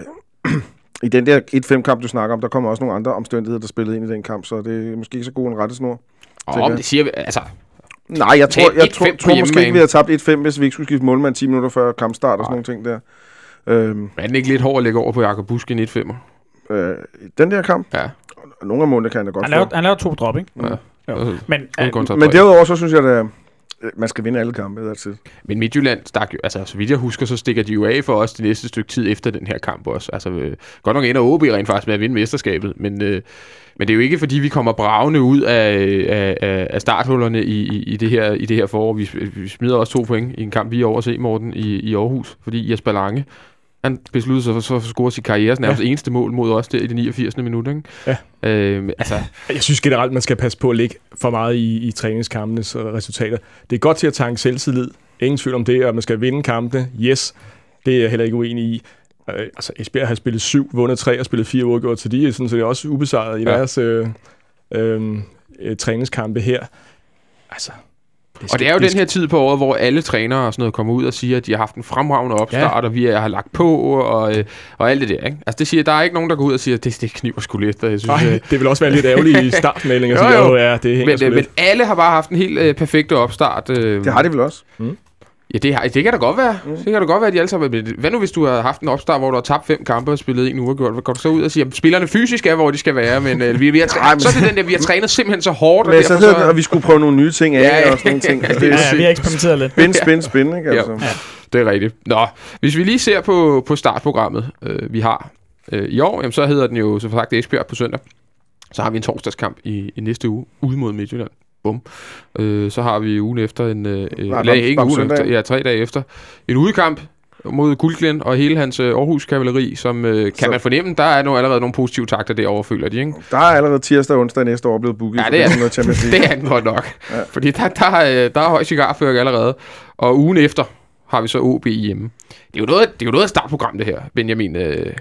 I den der et fem kamp, du snakker om, der kommer også nogle andre omstændigheder, der spillede ind i den kamp, så det er måske ikke så god en rettesnor. Åh, men det siger vi, altså... Nej, jeg tror, jeg tror, tror måske ikke, vi havde tabt et fem, hvis vi ikke skulle skifte målmand ti minutter før kampstart og sådan nogle ting der. Øhm, er den ikke lidt hård at lægge over på Jakob Busk i et femmer? Øh, den der kamp? Ja. Nogle af månedene kan jeg da godt han laver, han laver to drop, ikke? Ja. Jo. Men, øh, men derudover, så synes jeg, at man skal vinde alle kampe. Altid. Men Midtjylland stak jo, altså så vidt jeg husker, så stikker de jo af for os det næste stykke tid efter den her kamp også. Altså øh, godt nok ender O B rent faktisk med at vinde mesterskabet, men, øh, men det er jo ikke fordi vi kommer bravende ud af, af, af starthullerne i, i, i, det her, i det her forår. Vi, vi smider også to point i en kamp, vi er over at se, Morten, i, i Aarhus, fordi Jesper Lange, han besluttede sig for at score sit karrieres nærmest ja. eneste mål mod os der i det niogfirsende minut, ikke? Ja. Øh, altså. Jeg synes generelt, man skal passe på at lægge for meget i, i træningskampenes resultater. Det er godt til at tanke selvtillid. Ingen tvivl om det, og man skal vinde kampene. Yes, det er jeg heller ikke uenig i. Øh, altså, Esbjerg har spillet syv, vundet tre og spillet fire uafgjort, så de er sådan, så det er også ubesejret i ja. deres øh, øh, øh, træningskampe her. Altså... Det og det er jo den her tid på året, hvor alle trænere og sådan noget kommer ud og siger, at de har haft en fremragende opstart, ja. og vi har lagt på, og, og alt det der, ikke? Altså det siger, der er ikke nogen, der går ud og siger, at det, det kniver sgu lidt. Jeg synes, Ej, det vil også være lidt ærgerligt i startmeldingen, at sige, jo, jo. Ja, det hænger men, men alle har bare haft en helt øh, perfekt opstart. Øh. Det har de vel også? Mm. Ja, det, har, det kan da godt være. Mm. Det kan da godt være, at de alle sammen... Hvad nu, hvis du har haft en opstart, hvor du har tabt fem kampe og spillet en uafgjort? Hvad går du så ud og siger, at spillerne fysisk er, hvor de skal være, men øh, vi, vi har træ- så er det den der, vi har trænet simpelthen så hårdt. Men og så hedder det, at vi skulle prøve nogle nye ting af, ja, ja. og sådan nogle ting. Altså, ja, ja, vi har eksperimenteret lidt. Spin, spin, spin, ikke? Altså. Ja, det er rigtigt. Nå, hvis vi lige ser på, på startprogrammet, øh, vi har øh, i år, jamen, så hedder den jo, så for sagt, Esbjerg på søndag. Så har vi en torsdagskamp i, i næste uge, ude mod Midtjylland. Bum. Øh, så har vi ugen efter en... Øh, Nej, lag, ikke ugen efter, ja, tre dage efter. En udekamp mod Guldglen og hele hans øh, Aarhus-kavaleri, som øh, kan så. man fornemme, der er nu allerede nogle positive takter derovre, føler de, ikke? Der er allerede tirsdag og onsdag næste år blevet booket. Ja, det er det. Det er den godt nok. Ja. Fordi der, der, der, der er høj cigarføring allerede. Og ugen efter har vi så O B hjemme. Det er jo noget, det er jo noget af startprogram, det her, Benjamin. Øh,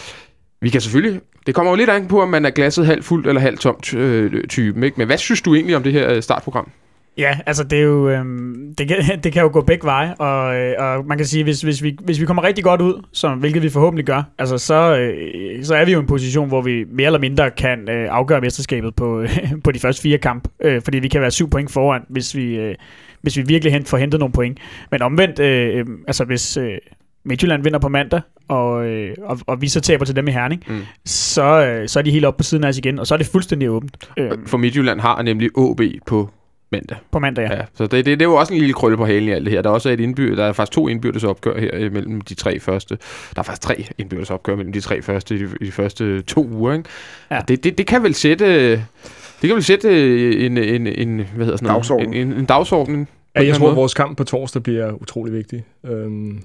vi kan selvfølgelig... Det kommer jo lidt an på, om man er glasset halvt fuldt eller halvt tomt øh, typen, ikke? Men hvad synes du egentlig om det her startprogram? Ja, altså det er jo øhm, det, kan, det kan jo gå begge veje, og, øh, og man kan sige, hvis, hvis, vi, hvis vi kommer rigtig godt ud, som, hvilket vi forhåbentlig gør, altså så, øh, så er vi jo i en position, hvor vi mere eller mindre kan øh, afgøre mesterskabet på, øh, på de første fire kampe, øh, fordi vi kan være syv point foran, hvis vi, øh, hvis vi virkelig hent, får hentet nogle point. Men omvendt, øh, øh, altså hvis... Øh, Midtjylland vinder på mandag, og, øh, og, og vi så taber til dem i Herning, mm. så, øh, så er de helt oppe på siden af os igen, og så er det fuldstændig åbent. For Midtjylland har nemlig O B på mandag. På mandag, ja. ja så det, det, det er jo også en lille krølle på halen i alt det her. Der er også et indbyrdes, der er faktisk to indbyrdes opgør her mellem de tre første. Der er faktisk tre indbyrdes opgør mellem de tre første i de, i de første to uger, ikke? Ja. Det, det, det kan vel sætte, det kan vel sætte en, en, en, hvad hedder sådan noget? Dagsorden. En, en, en dagsorden. Ja, jeg tror, at vores kamp på torsdag bliver utrolig vigtig. Um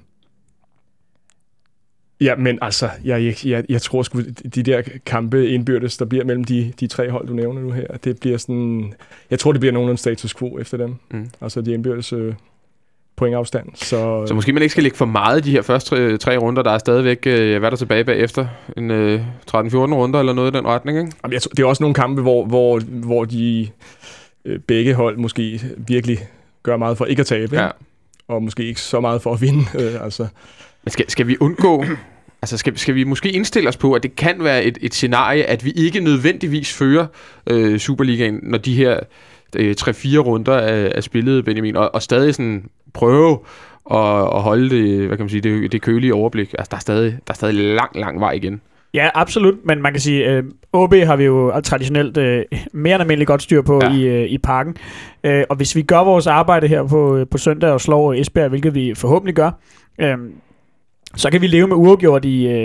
Ja, men altså, jeg, jeg, jeg tror sgu, de der kampe indbyrdes, der bliver mellem de, de tre hold, du nævner nu her, det bliver sådan... Jeg tror, det bliver nogenlunde status quo efter dem. Mm. Altså, de indbyrdes øh, pointafstand. Så, så måske man ikke skal lægge for meget i de her første tre, tre runder, der er stadigvæk, øh, hvad er der tilbage bagefter? En øh, tretten fjorten runder eller noget i den retning, ikke? Jamen, jeg tror, det er også nogle kampe, hvor, hvor, hvor de øh, begge hold måske virkelig gør meget for ikke at tabe, ja. Og måske ikke så meget for at vinde, øh, altså... Men skal, skal vi undgå, altså skal, skal vi måske indstille os på, at det kan være et, et scenarie, at vi ikke nødvendigvis fører øh, Superligaen, når de her øh, tre-fire runder er, er spillet, Benjamin, og, og stadig sådan prøve at, at holde det, hvad kan man sige, det, det kølige overblik. Altså der er stadig, der er stadig lang, lang vej igen. Ja, absolut, men man kan sige, at øh, O B har vi jo traditionelt øh, mere end almindeligt godt styr på ja. i, øh, i parken. Øh, og hvis vi gør vores arbejde her på, på søndag og slår Esbjerg, hvilket vi forhåbentlig gør, øh, så kan vi leve med uafgjort i, øh,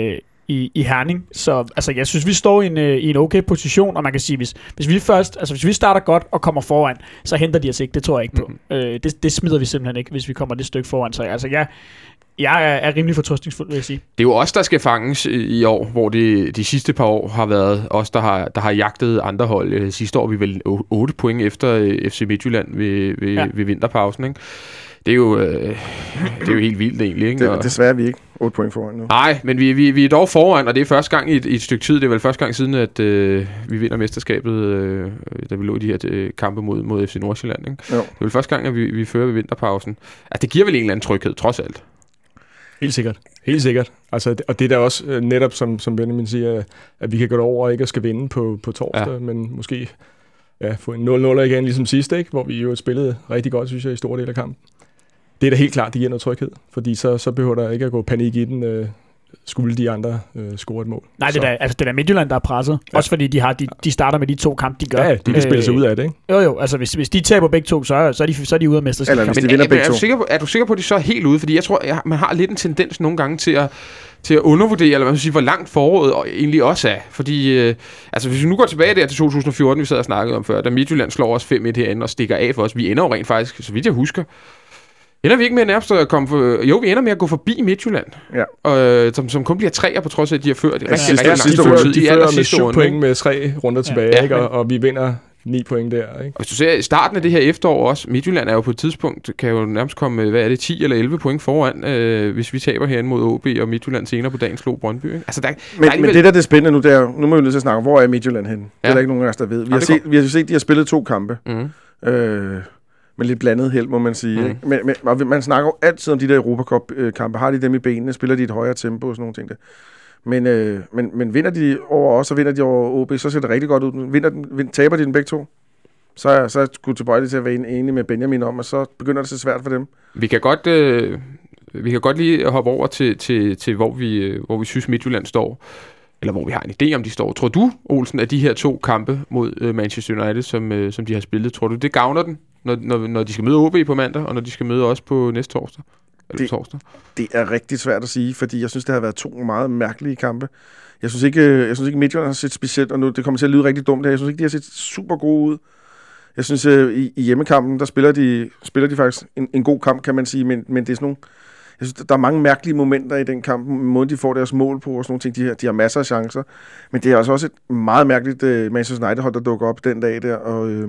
i, i Herning. Så altså, jeg synes, vi står i en, i en okay position, og man kan sige, hvis, hvis vi først, altså hvis vi starter godt og kommer foran, så henter de os ikke. Det tror jeg ikke på. Mm. Øh, det, det smider vi simpelthen ikke, hvis vi kommer det stykke foran. Så altså, jeg, jeg er, er rimelig fortrøstningsfuld, vil jeg sige. Det er jo os, der skal fanges i år, hvor det de sidste par år har været os, der har, der har jagtet andre hold. Sidste år vi vel otte point efter F C Midtjylland ved, ved, ja. ved vinterpausen, ikke? Det er jo, øh, det er jo helt vildt egentlig, ikke? Det, desværre er vi ikke otte point foran nu. Nej, men vi, vi, vi er dog foran, og det er første gang i et, i et stykke tid. Det er vel første gang siden, at øh, vi vinder mesterskabet, øh, da vi lå i de her øh, kampe mod, mod F C Nordsjælland, ikke? Jo. Det er vel første gang, at vi, vi fører ved vinterpausen. Altså, det giver vel en eller anden tryghed, trods alt. Helt sikkert. Helt sikkert. Altså, og det er da også netop, som, som Benjamin siger, at vi kan gå over og ikke skal vinde på, på torsdag, ja. men måske ja, få en nul nul igen ligesom sidste, ikke? Hvor vi jo spillede rigtig godt, synes jeg, i store del af kampen. Det er da helt klart, det giver noget tryghed, fordi så, så behøver der ikke at gå panik i den, øh, skulle de andre øh, score et mål. Nej, det er, da, altså, det er da Midtjylland, der er presset. Ja. Også fordi de, har, de, de starter med de to kampe, de gør. Ja, de kan spille sig ud af det, ikke? Jo, jo. Altså, hvis, hvis de taber begge to, så, så, er, de, så er de ude af mesterskabet. Eller hvis de vinder er, begge er, to. Er du, sikker på, er du sikker på, at de så er helt ude? Fordi jeg tror, jeg, man har lidt en tendens nogle gange til at, til at undervurdere, eller man vil sige, hvor langt foråret egentlig også er. Fordi, øh, altså hvis vi nu går tilbage der til to tusind og fjorten, vi sad og snakkede om før, da Midtjylland slår os fem et herinde og stikker af for os. Vi ender jo rent faktisk, så vidt jeg husker, ender vi ikke med nærmest at komme for, jo, vi ender med at gå forbi Midtjylland, ja. øh, som, som kun bliver treer på trods af, at de har ført det ja, rigtig, rigtig, rigtig rigtig lang tid. tid. De De fører med syv point med tre runder ja. tilbage, ja, ikke? Og, men, og vi vinder ni point der, ikke? Og hvis du ser i starten af det her efterår også, Midtjylland er jo på et tidspunkt, kan jo nærmest komme, hvad er det, ti eller elleve point foran, øh, hvis vi taber herinde mod O B, og Midtjylland senere på dagen slog Brøndby, ikke? Altså, der, men, der er men det der det er spændende nu, det er, nu må vi nødt til at snakke om, hvor er Midtjylland henne? Ja. Det er der ikke nogen af os, der ved. Vi, har, set, vi har set, de har spillet to kampe. Mm. Øh, med lidt blandet held, må man sige. Mm. Ikke? Men, men, og man snakker jo altid om de der Europacup-kampe. Har de dem i benene? Spiller de et højere tempo og sådan nogle ting der? Men, øh, men, men vinder de over os, og vinder de over O B, så ser det rigtig godt ud. Vinder den, vind, taber de den begge to, så er, så er jeg sgu tilbøjelig til at være enig med Benjamin om, og så begynder det at se svært for dem. Vi kan godt, øh, vi kan godt lige hoppe over til, til, til hvor, vi, hvor vi synes Midtjylland står, eller hvor vi har en idé om de står. Tror du, Olsen, at de her to kampe mod øh, Manchester United, som, øh, som de har spillet, tror du, det gavner den, når, når, når de skal møde O B på mandag, og når de skal møde os på næste torsdag? Eller det, torsdag? Det er rigtig svært at sige, fordi jeg synes, det har været to meget mærkelige kampe. Jeg synes ikke, jeg synes ikke Midtjylland har set specielt, og nu det kommer til at lyde rigtig dumt her. Jeg synes ikke, de har set super gode ud. Jeg synes, i, i hjemmekampen, der spiller de, spiller de faktisk en, en god kamp, kan man sige, men, men det er sådan nogle, jeg synes, der er mange mærkelige momenter i den kamp, måden de får deres mål på og sådan nogle ting. De har, de har masser af chancer, men det er altså også et meget mærkeligt uh, Manchester United-hold, der dukker op den dag der, og øh,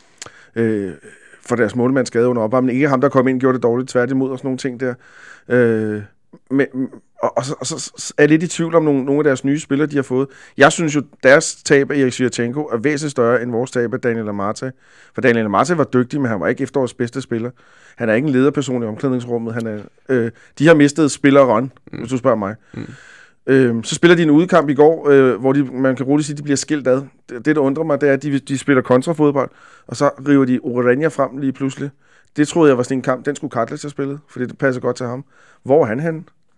øh, for deres målmand skade under opvarmning. Ikke ham, der kom ind og gjorde det dårligt, tværtimod og sådan nogle ting der. Øh, men, og, og, så, og så er jeg lidt i tvivl om nogle, nogle af deres nye spillere, de har fået. Jeg synes jo, deres tab af Erik Svirchenko er væsentligt større end vores tab af Daniel Amartey. For Daniel Amartey var dygtig, men han var ikke efterårets bedste spiller. Han er ikke en lederperson i omklædningsrummet. Han er, øh, de har mistet spilleren, mm. hvis du spørger mig. Mm. Øh, så spiller de en udekamp i går, øh, hvor de, man kan roligt sige, at de bliver skilt ad. Det, det der undrer mig, det er, at de, de spiller kontrafodbold, og så river de Oranje frem lige pludselig. Det troede jeg var sådan en kamp, den skulle Kartles have spillet, fordi det passer godt til ham. Hvor er han henne?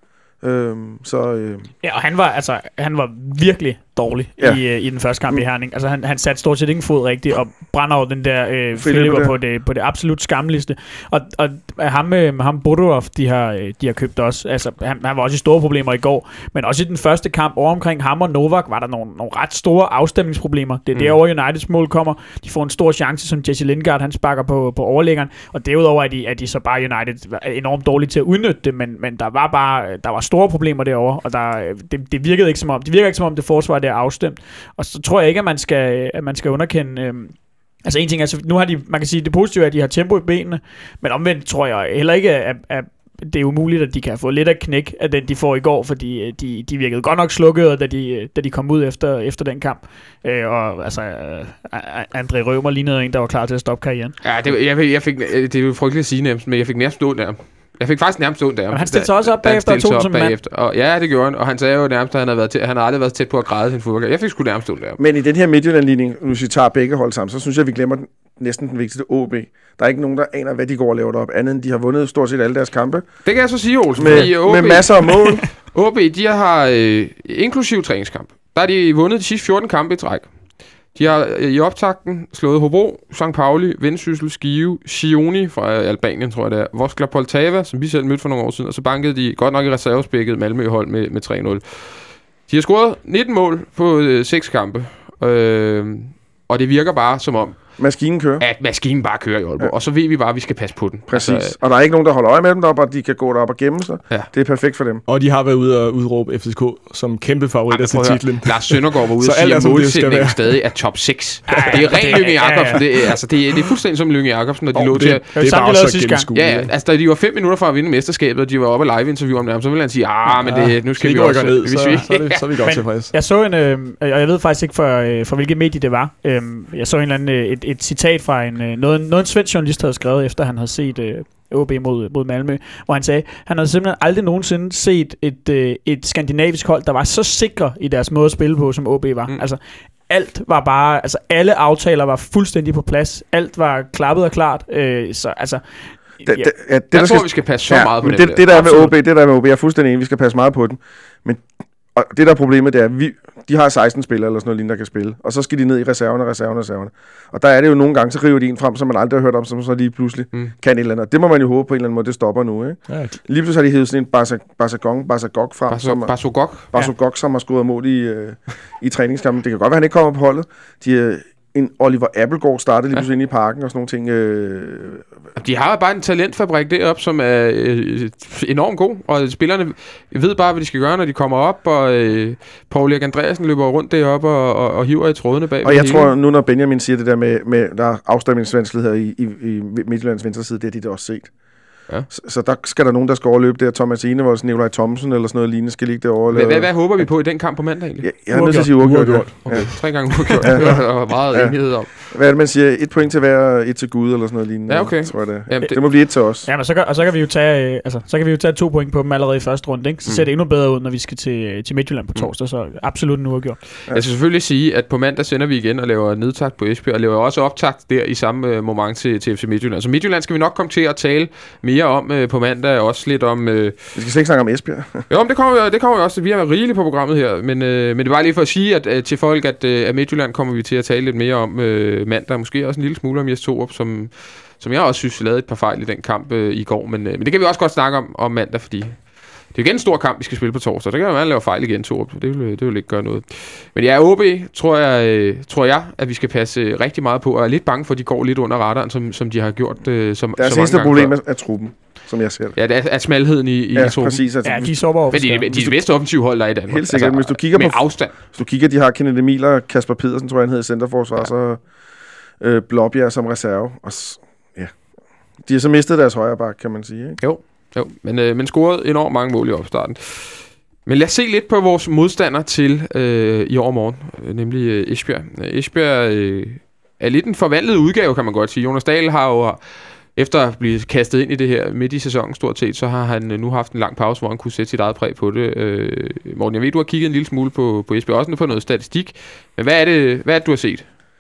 Øhm, så, øh... Ja, og han var, altså, han var virkelig dårlig ja. i, øh, i den første kamp mm. i Herning. Altså, han, han satte stort set ingen fod rigtigt, og brænder over den der øh, Philipper på det, på det absolut skamligste. Og, og ham, øh, ham Bodorov, de har, de har købt også. Altså, han, han var også i store problemer i går, men også i den første kamp over omkring ham og Novak, var der nogle, nogle ret store afstemningsproblemer. Det er mm. derovre Uniteds mål kommer. De får en stor chance, som Jesse Lingard, han sparker på, på overlæggeren, og derudover er de, er de så bare United enormt dårlige til at udnytte det, men, men der var bare der var store problemer derovre, og der, det, det virkede ikke som om, det virker ikke som om det forsvar det er afstemt, og så tror jeg ikke, at man skal, at man skal underkende, øhm, altså en ting, altså nu har de, man kan sige, det positive er, at de har tempo i benene, men omvendt tror jeg heller ikke, at, at det er umuligt, at de kan få lidt af knæk af den, de får i går, fordi de, de virkede godt nok slukket, da de, da de kom ud efter, efter den kamp. Øh, og altså, øh, André Rømer lignede en, der var klar til at stoppe karrieren. Ja, det, jeg, jeg fik, det er jo frygteligt at sige nærmest, men jeg fik nærmest ondt af ham. Jeg fik faktisk nærmest ondt af ham. Men han stillede sig også op bagefter og tog den som mand. Og ja, det gjorde han. Og han sagde jo nærmest, at han, havde været til, han har aldrig været tæt på at græde sin fodbold. Jeg fik sgu nærmest ondt af ham. Men i den her Midtjylland-ligning, hvis vi tager begge hold sammen, så synes jeg, at vi glemmer den, næsten den vigtigste O B. Der er ikke nogen, der aner, hvad de går og laver derop, andet end de har vundet stort set alle deres kampe. Det kan jeg så sige, Olsen. Med, O B, med masser af mål. O B, de har øh, inklusiv træningskamp. Der har de vundet de sidste fjorten kampe i træk. De har i optakten slået Hobro, Sankt Pauli, Vendsyssel, Skive, Sioni fra Albanien, tror jeg det er, Voskla Poltava, som vi selv mødte for nogle år siden, og så bankede de godt nok i reservespækket Malmø-hold med, med tre nul. De har scoret nitten mål på øh, seks kampe, øh, og det virker bare som om, maskinen kører. At maskinen bare kører i Aalborg, ja. Og så ved vi bare, at vi skal passe på den. Præcis. Altså, og der er ikke nogen, der holder øje med dem deroppe, og de kan gå derop og gemme sig. Ja. Det er perfekt for dem. Og de har været ude og udråbe F C K som kæmpe favoritter til titlen. Lars Søndergaard var ude og sige, at målsætningen stadig er top seks. Ja, ja, det er rent Lyngge Jacobsen. Det er, altså, det, er, det er fuldstændig som Lyngge Jacobsen, når de oh, lå til at... Det, det er bare også så gennemskueligt. Ja, altså da de var fem minutter fra at vinde mesterskabet, og de var oppe og live-interview om det, så ville han sige, ah, men det, nu skal vi også... Ned, hvis så, vi, så, er det, så er vi godt tilfredse. Jeg så en, øh, og jeg ved faktisk ikke for, øh, for hvilket medie det var. Øh, jeg så en eller anden, øh, et, et citat fra en, øh, noget, noget en svensk journalist havde skrevet, efter han havde set øh, O B mod, mod Malmø, hvor han sagde, han havde simpelthen aldrig nogensinde set et, øh, et skandinavisk hold, der var så sikre i deres måde at spille på, som O B var. Mm. Altså, alt var bare, altså alle aftaler var fuldstændig på plads. Alt var klappet og klart. Øh, så altså... Da, ja. da, ja, det, jeg tror, skal, vi skal passe så ja, meget på det. det. Det, det der er med O B, det der er med O B, jeg er fuldstændig enig, vi skal passe meget på den. Men og det der er problemet, det er, at vi, de har seksten spillere eller sådan noget lignende, der kan spille. Og så skal de ned i reserverne, reserverne, reserverne. Og der er det jo nogle gange, så river de en frem, som man aldrig har hørt om, som så lige pludselig mm. kan et eller andet. Det må man jo håbe på en eller anden måde, det stopper nu, ikke? Ja. Lige pludselig har de hævet sådan en Basagong, Basagog frem. Basagog? Basagog, som har scoret mål i, øh, i træningskampen. Det kan godt være, han ikke kommer på holdet. De øh, en Oliver Appelgaard startede lige pludselig ja. inde i parken og sådan nogle ting. Øh, De har bare en talentfabrik deroppe, som er øh, enormt god, og spillerne ved bare, hvad de skal gøre, når de kommer op, og øh, Paul Erik Andreasen løber rundt deroppe og, og, og hiver i trådene bag. Og jeg hele. tror, nu når Benjamin siger det der med, med der er afstemningsvanskeligheder i, i, i Midtjyllands venstre side, det har de da også set. Ja. Så, så der skal der nogen, der skal overløbe der. Thomas Enevold, Nikolaj Thomsen eller sådan noget lignende skal ligge derovre. Hvad, hvad, hvad håber vi på i den kamp på mandag egentlig? Ja, jeg er nødt til at sige uafgjort. Okay, ja. Tre gange uafgjort. Ja. Det var meget ja. enighed om. Hvad er det, man siger? Et point til hver, et til Gud eller sådan noget lignende. Ja, okay. Tror jeg, det. Jamen, det, det må blive et til os. Ja, men så kan, og så kan vi jo tage, øh, altså, så kan vi jo tage to point på dem allerede i første runde, ikke? Så mm. ser det endnu bedre ud, når vi skal til, til Midtjylland på torsdag, så absolut en uafgjort. Ja. Jeg skal selvfølgelig sige, at på mandag sender vi igen og laver nedtakt på Esbjerg, og laver også optakt der i samme uh, moment til, til F C Midtjylland. Så Midtjylland skal vi nok komme til at tale mere om uh, på mandag, også lidt om... Uh... Vi skal slet ikke snakke om Esbjerg. Jo, men det kommer, det kommer vi også. Vi er rigeligt på programmet her, men, uh, men det var lige for at sige at, uh, til folk, at, uh, at Midtjylland kommer vi til at tale lidt mere om uh, mandag, måske også en lille smule om Jes Torup, som, som jeg også synes lavede et par fejl i den kamp uh, i går, men, uh, men det kan vi også godt snakke om om mandag, fordi det er igen en stor kamp, vi skal spille på torsdag. Der kan man lave fejl igen, Torup. Det vil, det vil ikke gøre noget. Men ja, O B, tror jeg, øh, tror jeg, at vi skal passe øh, rigtig meget på, og er lidt bange for, at de går lidt under radaren, som, som de har gjort øh, som Deres eneste problem er, er truppen, som jeg ser det. Ja, det er, er smalheden i, i ja, truppen. Præcis, altså, ja, de er sårbare. Men de er de, de bedste offensive hold, der er i Danmark. Helt sikkert, altså, hvis du kigger med på afstand. Hvis du kigger, de har Kenneth Emil og Kasper Pedersen, tror jeg, han hedder i centerforsvar, ja. så øh, Blåbjerg som reserve. Og, ja. De har så mistet deres højre bak, kan man sige. Ikke? Jo. Jo, men, øh, men scorede enormt mange mål i opstarten. Men lad os se lidt på vores modstander til øh, i overmorgen, øh, nemlig øh, Esbjerg. Esbjerg øh, er lidt en forvandlet udgave, kan man godt sige. Jonas Dahl har jo, efter at blive kastet ind i det her midt i sæsonen stort set, så har han øh, nu haft en lang pause, hvor han kunne sætte sit eget præg på det. Øh, Morten, jeg ved, du har kigget en lille smule på, på Esbjerg, også på noget statistik. Men hvad er det, hvad er det du har set?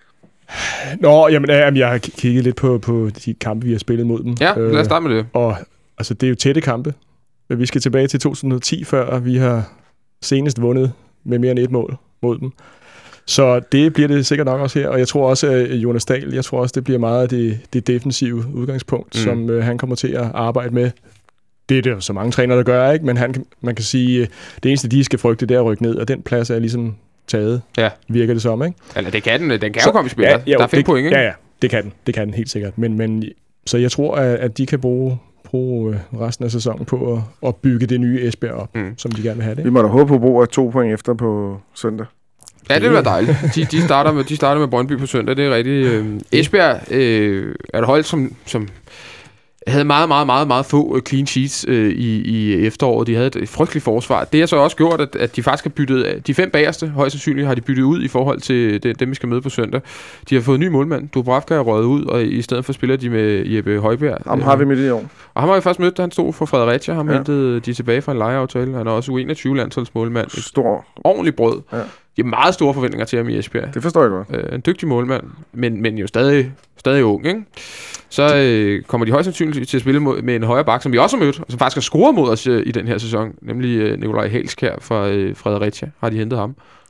Nå, jamen, jamen jeg har kigget lidt på, på de kampe, vi har spillet mod dem. Ja, lad os starte med det. Og altså, det er jo tætte kampe. Vi skal tilbage til to tusind og ti, før vi har senest vundet med mere end et mål mod dem. Så det bliver det sikkert nok også her. Og jeg tror også, at Jonas Dahl, jeg tror også, det bliver meget det, det defensive udgangspunkt, mm. som uh, han kommer til at arbejde med. Det er det jo så mange trænere, der gør, ikke? Men han, man kan sige, uh, det eneste, de skal frygte, det er at rykke ned, og den plads er ligesom taget, ja. Virker det som, ikke? Eller det kan den, den kan så, jo komme i spil. Ja, der er fem point, ikke? Ja, ja, det kan den. Det kan den helt sikkert. Men, men så jeg tror, at, at de kan bruge bruge resten af sæsonen på at, at bygge det nye Esbjerg op, mm. som de gerne vil have det. Vi må da håbe på at bruge to point efter på søndag. Ja, det vil være dejligt. De, de, starter med, de starter med Brøndby på søndag, det er rigtigt. Øh, Esbjerg øh, er et hold, som, som havde meget, meget, meget, meget få clean sheets øh, i, i efteråret. De havde et frygteligt forsvar. Det har så også gjort, at, at de faktisk har byttet, de fem bagerste, højst sandsynligt, har de byttet ud i forhold til det, dem, vi skal møde på søndag. De har fået en ny målmand. Dubravka er røget ud, og i stedet for spiller de med Jeppe Højbjerg. Ham har vi mødt i år. Og ham har vi først mødt, da han stod for Fredericia. Han ja. hentede de tilbage fra en lejeaftale. Han er også U enogtyve landsholdsmålmand. Stor. Ordentligt brød. Ja. De har meget store forventninger til ham i Esbjerg. Det forstår jeg godt. Øh, en dygtig målmand, men, men jo stadig, stadig ung, ikke? Så øh, kommer de højst sandsynligt til at spille mod, med en højre bak, som vi også har mødt, og som faktisk har scoret mod os øh, i den her sæson, nemlig øh, Nikolaj Halskær fra øh, Fredericia, har de hentet ham.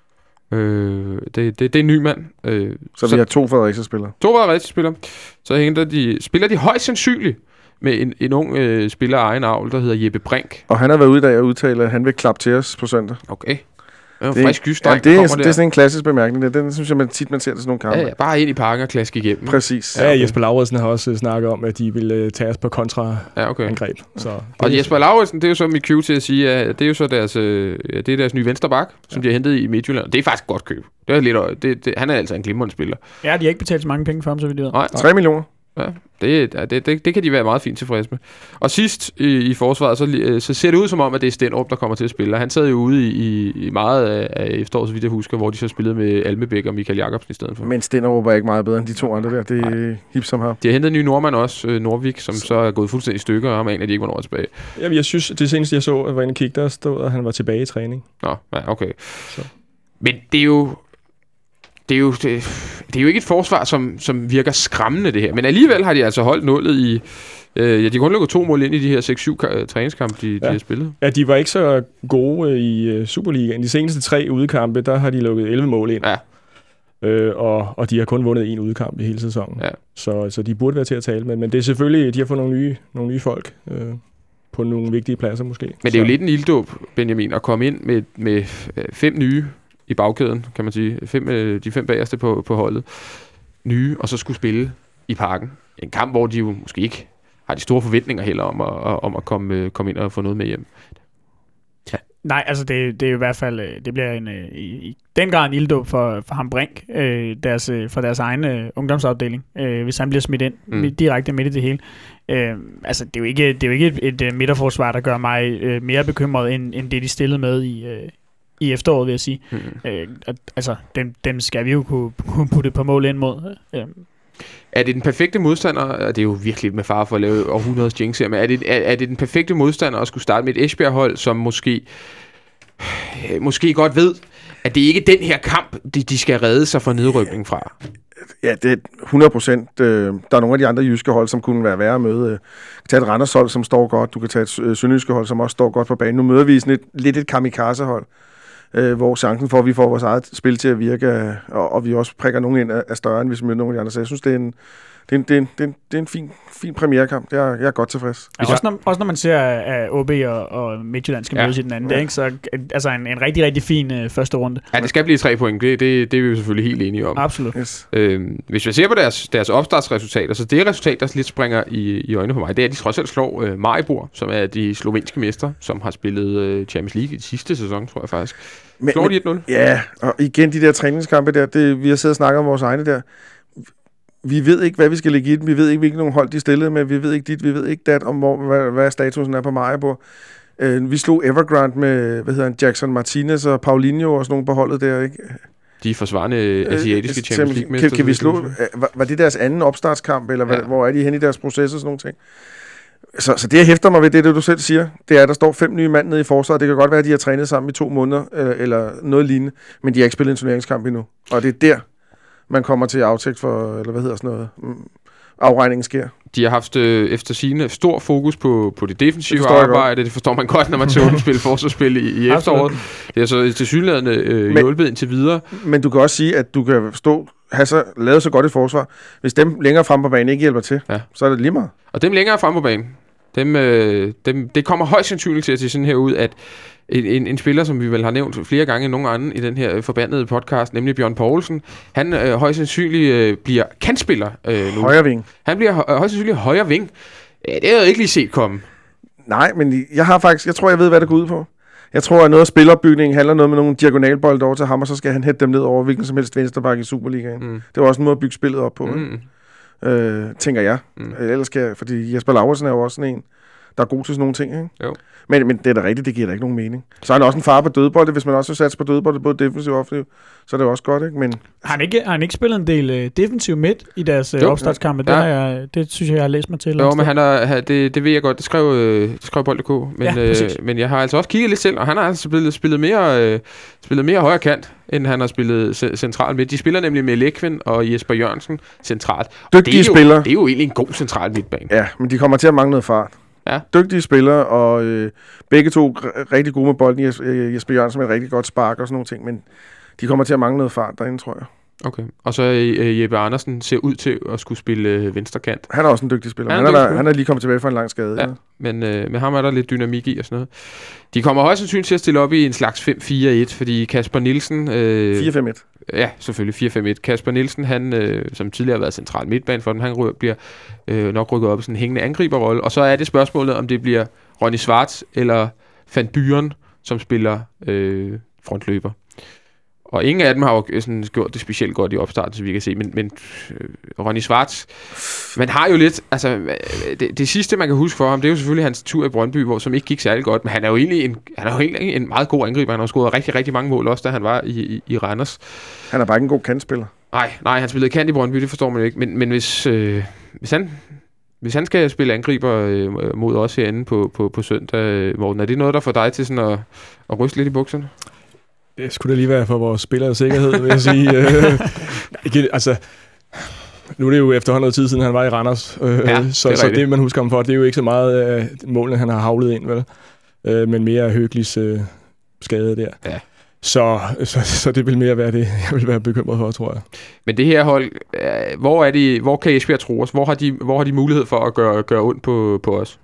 Øh, det, det, det er en ny mand. Øh, så, så vi har to Fredericia-spillere. To Fredericia-spillere. Så henter de, spiller de højst sandsynligt med en, en ung øh, spiller af egen avl, der hedder Jeppe Brink. Og han har været ude i dag og udtale, at han vil klappe til os på søndag. Okay. Ja, det, frisk ja, det, er, det er sådan en klassisk bemærkning. Det, den synes jeg, man tit man ser det sådan nogle kampe. Ja, ja, bare ind i parken og klaske igennem. Præcis. Ja, Jesper Lauridsen har også snakket om, at de vil tage os på kontraangreb. Ja, okay. Så og Jesper Lauridsen, det er jo så mit cue til at sige, at det er jo så deres, øh, det er deres nye venstreback, som ja. de har hentet i Midtjylland. Det er faktisk et godt køb. Det er lidt, det, det, han er altså en glimrende spiller. Ja, de har ikke betalt så mange penge for ham, så vidt jeg ved. Nej. tre millioner. Ja, det, det, det, det kan de være meget fint tilfredse med. Og sidst i, i forsvaret, så, så ser det ud som om, at det er Stenrup, der kommer til at spille. Han sad jo ude i, i meget af, af efteråret, så vidt jeg husker, hvor de så spillede med Almebæk og Michael Jacobsen i stedet for. Men Stenrup er ikke meget bedre end de to andre der. Det er hip som ham. De har hentet en ny nordmand også, Nordvik, som så er gået fuldstændig i stykker, og ham aner de ikke, hvornår er tilbage. Jamen, jeg synes, det seneste jeg så, at var inde og kigge, der stod, at han var tilbage i træning. Nå, ja, okay. Så. Men det er jo... Det er, jo, det, det er jo ikke et forsvar, som, som virker skræmmende, det her. Men alligevel har de altså holdt nullet i... Øh, ja, de kun lukket to mål ind i de her seks syv træningskampe, de, ja. de har spillet. Ja, de var ikke så gode i uh, Superligaen. De seneste tre udekampe, der har de lukket elleve mål ind. Ja. Øh, og, og de har kun vundet en udekamp i hele sæsonen. Ja. Så, så de burde være til at tale med. Men det er selvfølgelig... De har fået nogle nye, nogle nye folk øh, på nogle vigtige pladser måske. Men det er jo lidt en ilddåb, Benjamin, at komme ind med, med fem nye... i bagkæden, kan man sige. Fem, øh, de fem bagerste på, på holdet. Nye, og så skulle spille i parken. En kamp, hvor de jo måske ikke har de store forventninger heller om at, om at komme, øh, komme ind og få noget med hjem. Ja. Nej, altså det, det er i hvert fald, det bliver en, i, i den grad en ilddåb for, for ham Brink, øh, deres, for deres egen øh, ungdomsafdeling, øh, hvis han bliver smidt ind mm. direkte midt i det hele. Øh, altså det er jo ikke, det er jo ikke et, et, et midterforsvar, der gør mig øh, mere bekymret, end, end det de stillede med i øh, i efteråret, vil jeg sige. Mm. Øh, altså, dem, dem skal vi jo kunne, kunne putte på mål ind mod. Øh. Er det den perfekte modstander, det er jo virkelig med fare for at lave århundredes jinx her, men er det, er, er det den perfekte modstander at skulle starte med et Esbjerg-hold, som måske, øh, måske godt ved, at det ikke er den her kamp, de, de skal redde sig fra nedrykning fra? Ja, det er hundrede procent. Øh, der er nogle af de andre jyske hold, som kunne være værre at møde. Du kan tage et Randers hold, som står godt. Du kan tage et øh, sønderjyske hold, som også står godt på banen. Nu møder vi sådan et, lidt et kamikaze-hold, øh, hvor chancen for, at vi får vores eget spil til at virke, og, og vi også prikker nogen ind af større, end hvis vi møder nogle af de andre. Så jeg synes, det er en, det er en, det er en, det er en, det er en fin, fin premierkamp. Jeg er, jeg er godt tilfreds. Ja, også, når, også når man ser, at O B og, og Midtjylland skal mødes ja. i den anden, ja. ikke? Så altså en, en rigtig, rigtig fin uh, første runde. Ja, det skal blive tre point. Det, det, det er vi jo selvfølgelig helt enige om. Absolut. Yes. Øhm, hvis vi ser på deres, deres opstartsresultater, så det resultat, der lidt springer i, i øjnene på mig, det er, at de trods alt slår uh, Maribor, som er de slovenske mestre, som har spillet uh, Champions League i sidste sæson, tror jeg faktisk. Men, slår de et nul? Ja, og igen de der træningskampe der, det, vi har siddet og snakket om vores egne der. Vi ved ikke, hvad vi skal lægge i den. Vi ved ikke, hvilke nogle hold de stillede med. Vi ved ikke dit, vi ved ikke dat, om hvor, hvad, hvad statusen er på Maribor. Øh, vi slog Evergrande med, hvad hedder han, Jackson Martinez og Paulinho og sådan nogle på holdet der, ikke? De forsvarende asiatiske øh, Champions League-mester. Kan, kan vi slå, var, var det deres anden opstartskamp, eller ja. hvad, hvor er de henne i deres proces og sådan nogle ting? Så, så det, jeg hæfter mig ved, det, det du selv siger, det er, at der står fem nye mand nede i forsvaret. Det kan godt være, at de har trænet sammen i to måneder, øh, eller noget lignende, men de har ikke spillet en turneringskamp endnu. Og det er der, man kommer til aftægt for, eller hvad hedder sådan noget, afregningen sker. De har haft øh, efter sigende stor fokus på, på det defensive det arbejde. Det forstår man godt, når man så dem spille forsvarsspil i, i efteråret. Det er så tilsyneladende øh, hjulpet indtil videre. Men du kan også sige, at du kan stå, have så, lavet så godt et forsvar. Hvis dem længere frem på banen ikke hjælper til, ja. så er det lige meget. Og dem længere frem på banen, dem, øh, dem, det kommer højst sandsynligt til at se sådan her ud, at En, en, en spiller, som vi vel har nævnt flere gange end nogen anden i den her forbandede podcast, nemlig Bjørn Poulsen, han øh, højst sandsynligt øh, bliver kantspiller øh, nu. Højre ving. Han bliver hø- højst sandsynligt højre ving. Ja, det havde jeg ikke lige set komme. Nej, men jeg har faktisk, jeg tror, jeg ved, hvad det går ud på. Jeg tror, at noget af spilleropbygningen handler noget med nogle diagonalbolde over til ham, og så skal han hætte dem ned over hvilken som helst venstreback i Superligaen. Mm. Det var også en måde at bygge spillet op på, mm. øh, tænker jeg. Mm. Ellers skal jeg, fordi Jesper Lauridsen er jo også sådan en, der er god til sådan nogle ting, ikke? Jo. Men, men det er da rigtigt, det giver da ikke nogen mening. Så er han også en far på dødbolde, hvis man også har sat på dødbolde, både defensiv og offensiv, så er det jo også godt, ikke? Men har han ikke, har han ikke spillet en del uh, defensiv midt i deres uh, opstartskampe? Ja. Det, har jeg, det synes jeg, jeg har læst mig til. Jo, men han er, det, det ved jeg godt. Det skrev, øh, det skrev Bold punktum d k. Men, ja, øh, men jeg har altså også kigget lidt selv, og han har altså spillet, spillet, mere, øh, spillet mere højre kant, end han har spillet c- central midt. De spiller nemlig med Lekven og Jesper Jørgensen centralt. Dygtige spillere. Det er jo egentlig en god central midtbane. Ja, men de kommer til at mangle noget fart. Ja. Dygtige spillere, og øh, begge to r- rigtig gode med bolden. Jes- Jesper Jørgensen med et rigtig godt spark og sådan nogle ting, men de kommer til at mangle noget fart derinde, tror jeg. Okay. Og så øh, Jeppe Andersen ser ud til at skulle spille øh, venstrekant. Han er også en dygtig spiller. Han Han er, er, der, han er lige kommet tilbage fra en lang skade. Ja, men øh, med ham er der lidt dynamik i og sådan noget. De kommer højst sandsynligt til at stille op i en slags fem fire et, fordi Kasper Nielsen... Øh, fire fem et. Ja, selvfølgelig fire fem et. Kasper Nielsen, han, øh, som tidligere har været central midtbane for dem, han rø- bliver øh, nok rykket op i sådan en hængende angriberrolle. Og så er det spørgsmålet, om det bliver Ronny Schwartz eller Van Buren, som spiller øh, frontløber. Og ingen af dem har jo sådan gjort det specielt godt i opstarten, så vi kan se. Men, men øh, Ronny Schwartz, man har jo lidt... Altså, det, det sidste, man kan huske for ham, det er jo selvfølgelig hans tur i Brøndby, hvor, som ikke gik særlig godt. Men han er jo egentlig en, han er jo egentlig en meget god angriber. Han har scoret rigtig, rigtig mange mål, også da han var i, i, i Randers. Han er bare ikke en god kantspiller. Nej, nej, han spillede kant i Brøndby, det forstår man ikke. Men, men hvis, øh, hvis, han, hvis han skal spille angriber øh, mod os herinde på, på, på søndag, Morten, er det noget, der får dig til sådan at, at ryste lidt i bukserne? Det skulle da lige være for vores spilleres sikkerhed, vil jeg sige. øh, altså, nu er det jo efterhånden noget tid siden, han var i Randers. Øh, ja, så, det så det, man husker ham for, det er jo ikke så meget af øh, målene, han har havlet ind, vel? Øh, men mere Høglis øh, skade der. Ja. Så, så, så det vil mere være det, jeg vil være bekymret for, tror jeg. Men det her hold, øh, hvor, er de, hvor kan Esbjerg tro os? Hvor har de, hvor har de mulighed for at gøre, gøre ondt på, på os?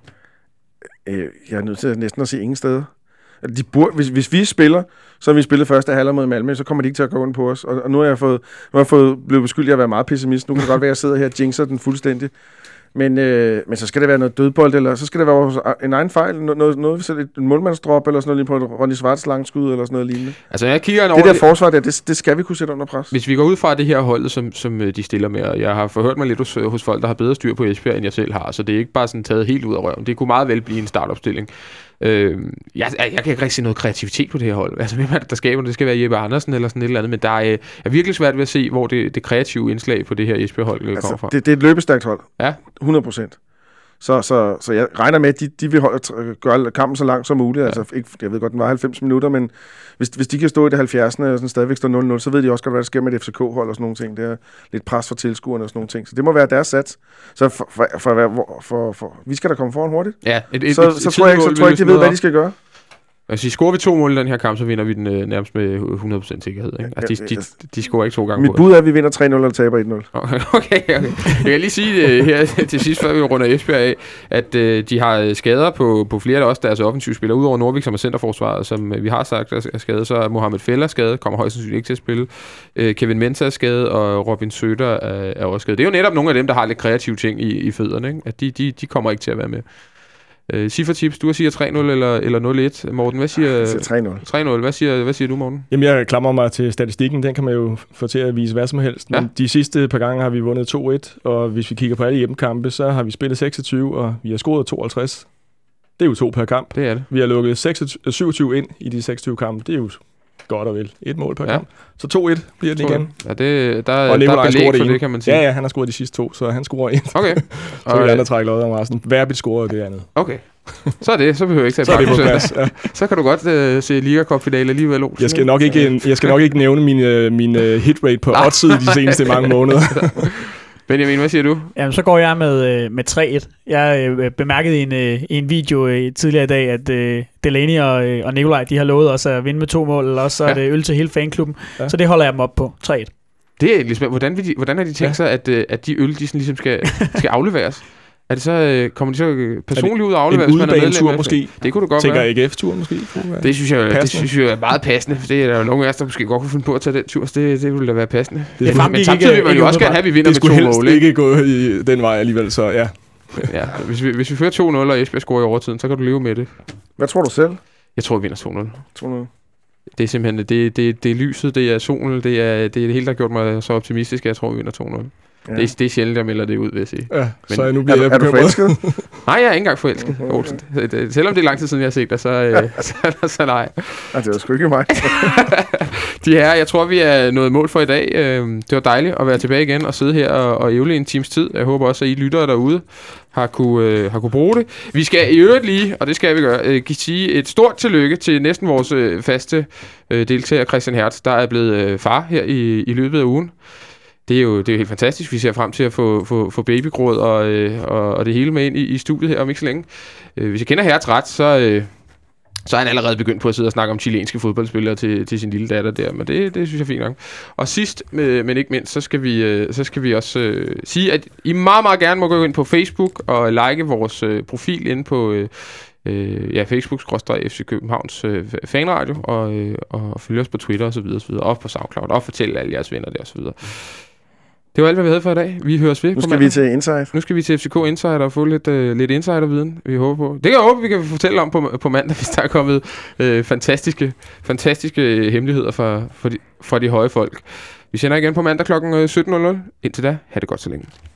Øh, jeg er nødt til næsten at se ingen steder. De burde, hvis, hvis vi spiller, så vi spillet første halvleg mod Malmø, så kommer de ikke til at gå ondt på os. Og, og nu har jeg fået, nu har jeg fået blevet beskyldt af at være meget pessimist. Nu kan det godt være, at jeg sidder her og jinxer den fuldstændig. Men, øh, men så skal det være noget dødbold, eller så skal det være vores, en egen fejl, noget, noget, noget et målmandsdrop, eller sådan noget lige på et Ronny Schwartz langskud, eller sådan noget lignende. Altså, jeg kigger det der forsvar der, det, det skal vi kunne sætte under pres. Hvis vi går ud fra det her holdet, som, som de stiller med, og jeg har forhørt mig lidt hos, hos folk, der har bedre styr på Esbjerg, end jeg selv har, så det er ikke bare sådan taget helt ud af røven. Det kunne meget vel blive en startopstilling. Øh, jeg, jeg kan ikke rigtig se noget kreativitet på det her hold. Altså, hvem er det, der skaber det? Det skal være Jeppe Andersen eller sådan et eller andet, men der er, er virkelig svært ved at se, hvor det, det kreative indslag på det her Esbjerg-hold altså, kommer fra. Det, det er et løbestærkt hold. Ja. hundrede procent. Så, så, så jeg regner med, at de, de vil holde, gøre kampen så langt som muligt. Ja. Altså, ikke, jeg ved godt, den var halvfems minutter, men hvis, hvis de kan stå i det halvfjerdserne og sådan stadigvæk stå nul nul, så ved de også godt, hvad der sker med et F C K-hold og sådan nogle ting. Det er lidt pres for tilskuerne og sådan nogle ting. Så det må være deres sats. Så for, for, for, for, for, for vi skal da komme foran hurtigt. Ja, et, et, så, et, så, et tror jeg ikke, så tror jeg ikke, de ved, hvad de skal gøre. Altså, scorer vi to mål i den her kamp, så vinder vi den øh, nærmest med hundrede procent sikkerhed. Ikke? Altså, de, de, de scorer ikke to gange. Mit bud er, at vi vinder tre nul eller taber et nul. Okay, okay, okay. Jeg kan lige sige øh, her til sidst, før vi runder Esbjerg af, at øh, de har skader på, på flere af også deres offensive spillere. Udover Norvik, som er centerforsvaret, som øh, vi har sagt er skadet, så er Mohamed Feller skadet, kommer højst sandsynligt ikke til at spille. Øh, Kevin Mensah er skadet, og Robin Søder er, er også skadet. Det er jo netop nogle af dem, der har lidt kreative ting i, i fødderne, ikke? At de, de, de kommer ikke til at være med. Uh, Cifretips, du siger tre nul eller, eller nul et. Morten, hvad siger... Jeg siger tre nul. tre nul. Hvad siger, hvad siger du, Morten? Jamen, jeg klamrer mig til statistikken. Den kan man jo få til at vise hvad som helst. Ja. Men de sidste par gange har vi vundet to et, og hvis vi kigger på alle hjemmekampe, så har vi spillet seksogtyve, og vi har scoret tooghalvtreds. Det er jo to per kamp. Det er det. Vi har lukket syvogtyve ind i de seksogtyve kampe. Det er jo godt og vel. Et mål per ja. kamp. Så to et bliver det igen. Ja, det, der, og der er belæg for det, det, kan man sige. Ja, ja, han har scoret de sidste to, så han scorer et. Okay. Så vil andre trække lodder om resten. Verbit scorer det andet. Okay. Så er det. Så behøver jeg ikke tage så, det på plads, ja. Så kan du godt uh, se Liga Cup-finale alligevel. Jeg skal nok ikke, jeg skal nok ikke nævne min, uh, min uh, hitrate på odds de seneste mange måneder. Benjamin, hvad siger du? Jamen, så går jeg med, med tre et. Jeg øh, bemærkede i en, øh, en video øh, tidligere i dag, at øh, Delaney og, øh, og Nikolaj, de har lovet os at vinde med to mål, eller også så er det øl til hele fanklubben. Ja. Så det holder jeg dem op på. tre et. Det er ligesom, hvordan, vil de, hvordan har de tænkt ja. sig, at, at de øl, de sådan ligesom skal, skal afleveres? Er det så, kommer de så personligt ud og aflevere, hvis man er medlem? Måske? Det kunne du godt Tænker være. A G F-tur måske? Det synes jeg, det synes jeg er meget passende, for det er der jo nogle af os, der måske godt kunne finde på at tage den tur, så det, det ville da være passende. Det det men samtidig vil man jo også gerne have, at vi vinder med to mål. Det skulle helst ikke gå i den vej alligevel, så ja. ja hvis, vi, hvis vi fører to nul, og Esbjerg scorer i overtiden, så kan du leve med det. Hvad tror du selv? Jeg tror, vi vinder to nul. to nul. Det er simpelthen, det, det, det er lyset, det er solen, det er det, er det hele, der har gjort mig så optimistisk, at jeg tror, vi vinder to nul. Ja. Det, er, det er sjældent, jeg melder det ud, vil jeg sige. Ja, men, så nu bliver er, jeg er du forelsket? Nej, jeg er ikke engang forelsket, Olsen. Selvom det er lang tid siden, jeg har set dig, så, øh, så, så nej. Ja, det var sgu ikke mig. De her, jeg tror, vi er nået mål for i dag. Det var dejligt at være tilbage igen og sidde her og, og ævle en times tid. Jeg håber også, at I lyttere derude har kunne, øh, har kunne bruge det. Vi skal i øvrigt lige, og det skal vi gøre, øh, sige et stort tillykke til næsten vores øh, faste øh, deltager, Christian Hertz, der er blevet øh, far her i, i løbet af ugen. Det er jo det er jo helt fantastisk. Vi ser frem til at få, få, få babygråd og, øh, og, og det hele med ind i, i studiet her om ikke så længe. Øh, hvis jeg kender Hertz ret, så, øh, Så er han allerede begyndt på at sidde og snakke om chilenske fodboldspillere til, til sin lille datter der, men det, det synes jeg er fint nok. Og sidst, men ikke mindst, så skal vi, så skal vi også øh, sige, at I meget, meget gerne må gå ind på Facebook og like vores øh, profil inde på øh, ja, Facebook-F C Københavns øh, fanradio, og, øh, og følge os på Twitter osv. osv. Og på SoundCloud, og fortælle alle jeres venner der osv. Det var alt, hvad vi havde for i dag. Vi høres ved. Nu skal vi til Insight. Nu skal vi til F C K Insider og få lidt, øh, lidt insiderviden, vi håber på. Det kan jeg håbe, vi kan fortælle om på, på mandag, hvis der er kommet øh, fantastiske, fantastiske hemmeligheder fra, for, de, fra de høje folk. Vi sender igen på mandag klokken sytten nul nul. Indtil da, ha' det godt så længe.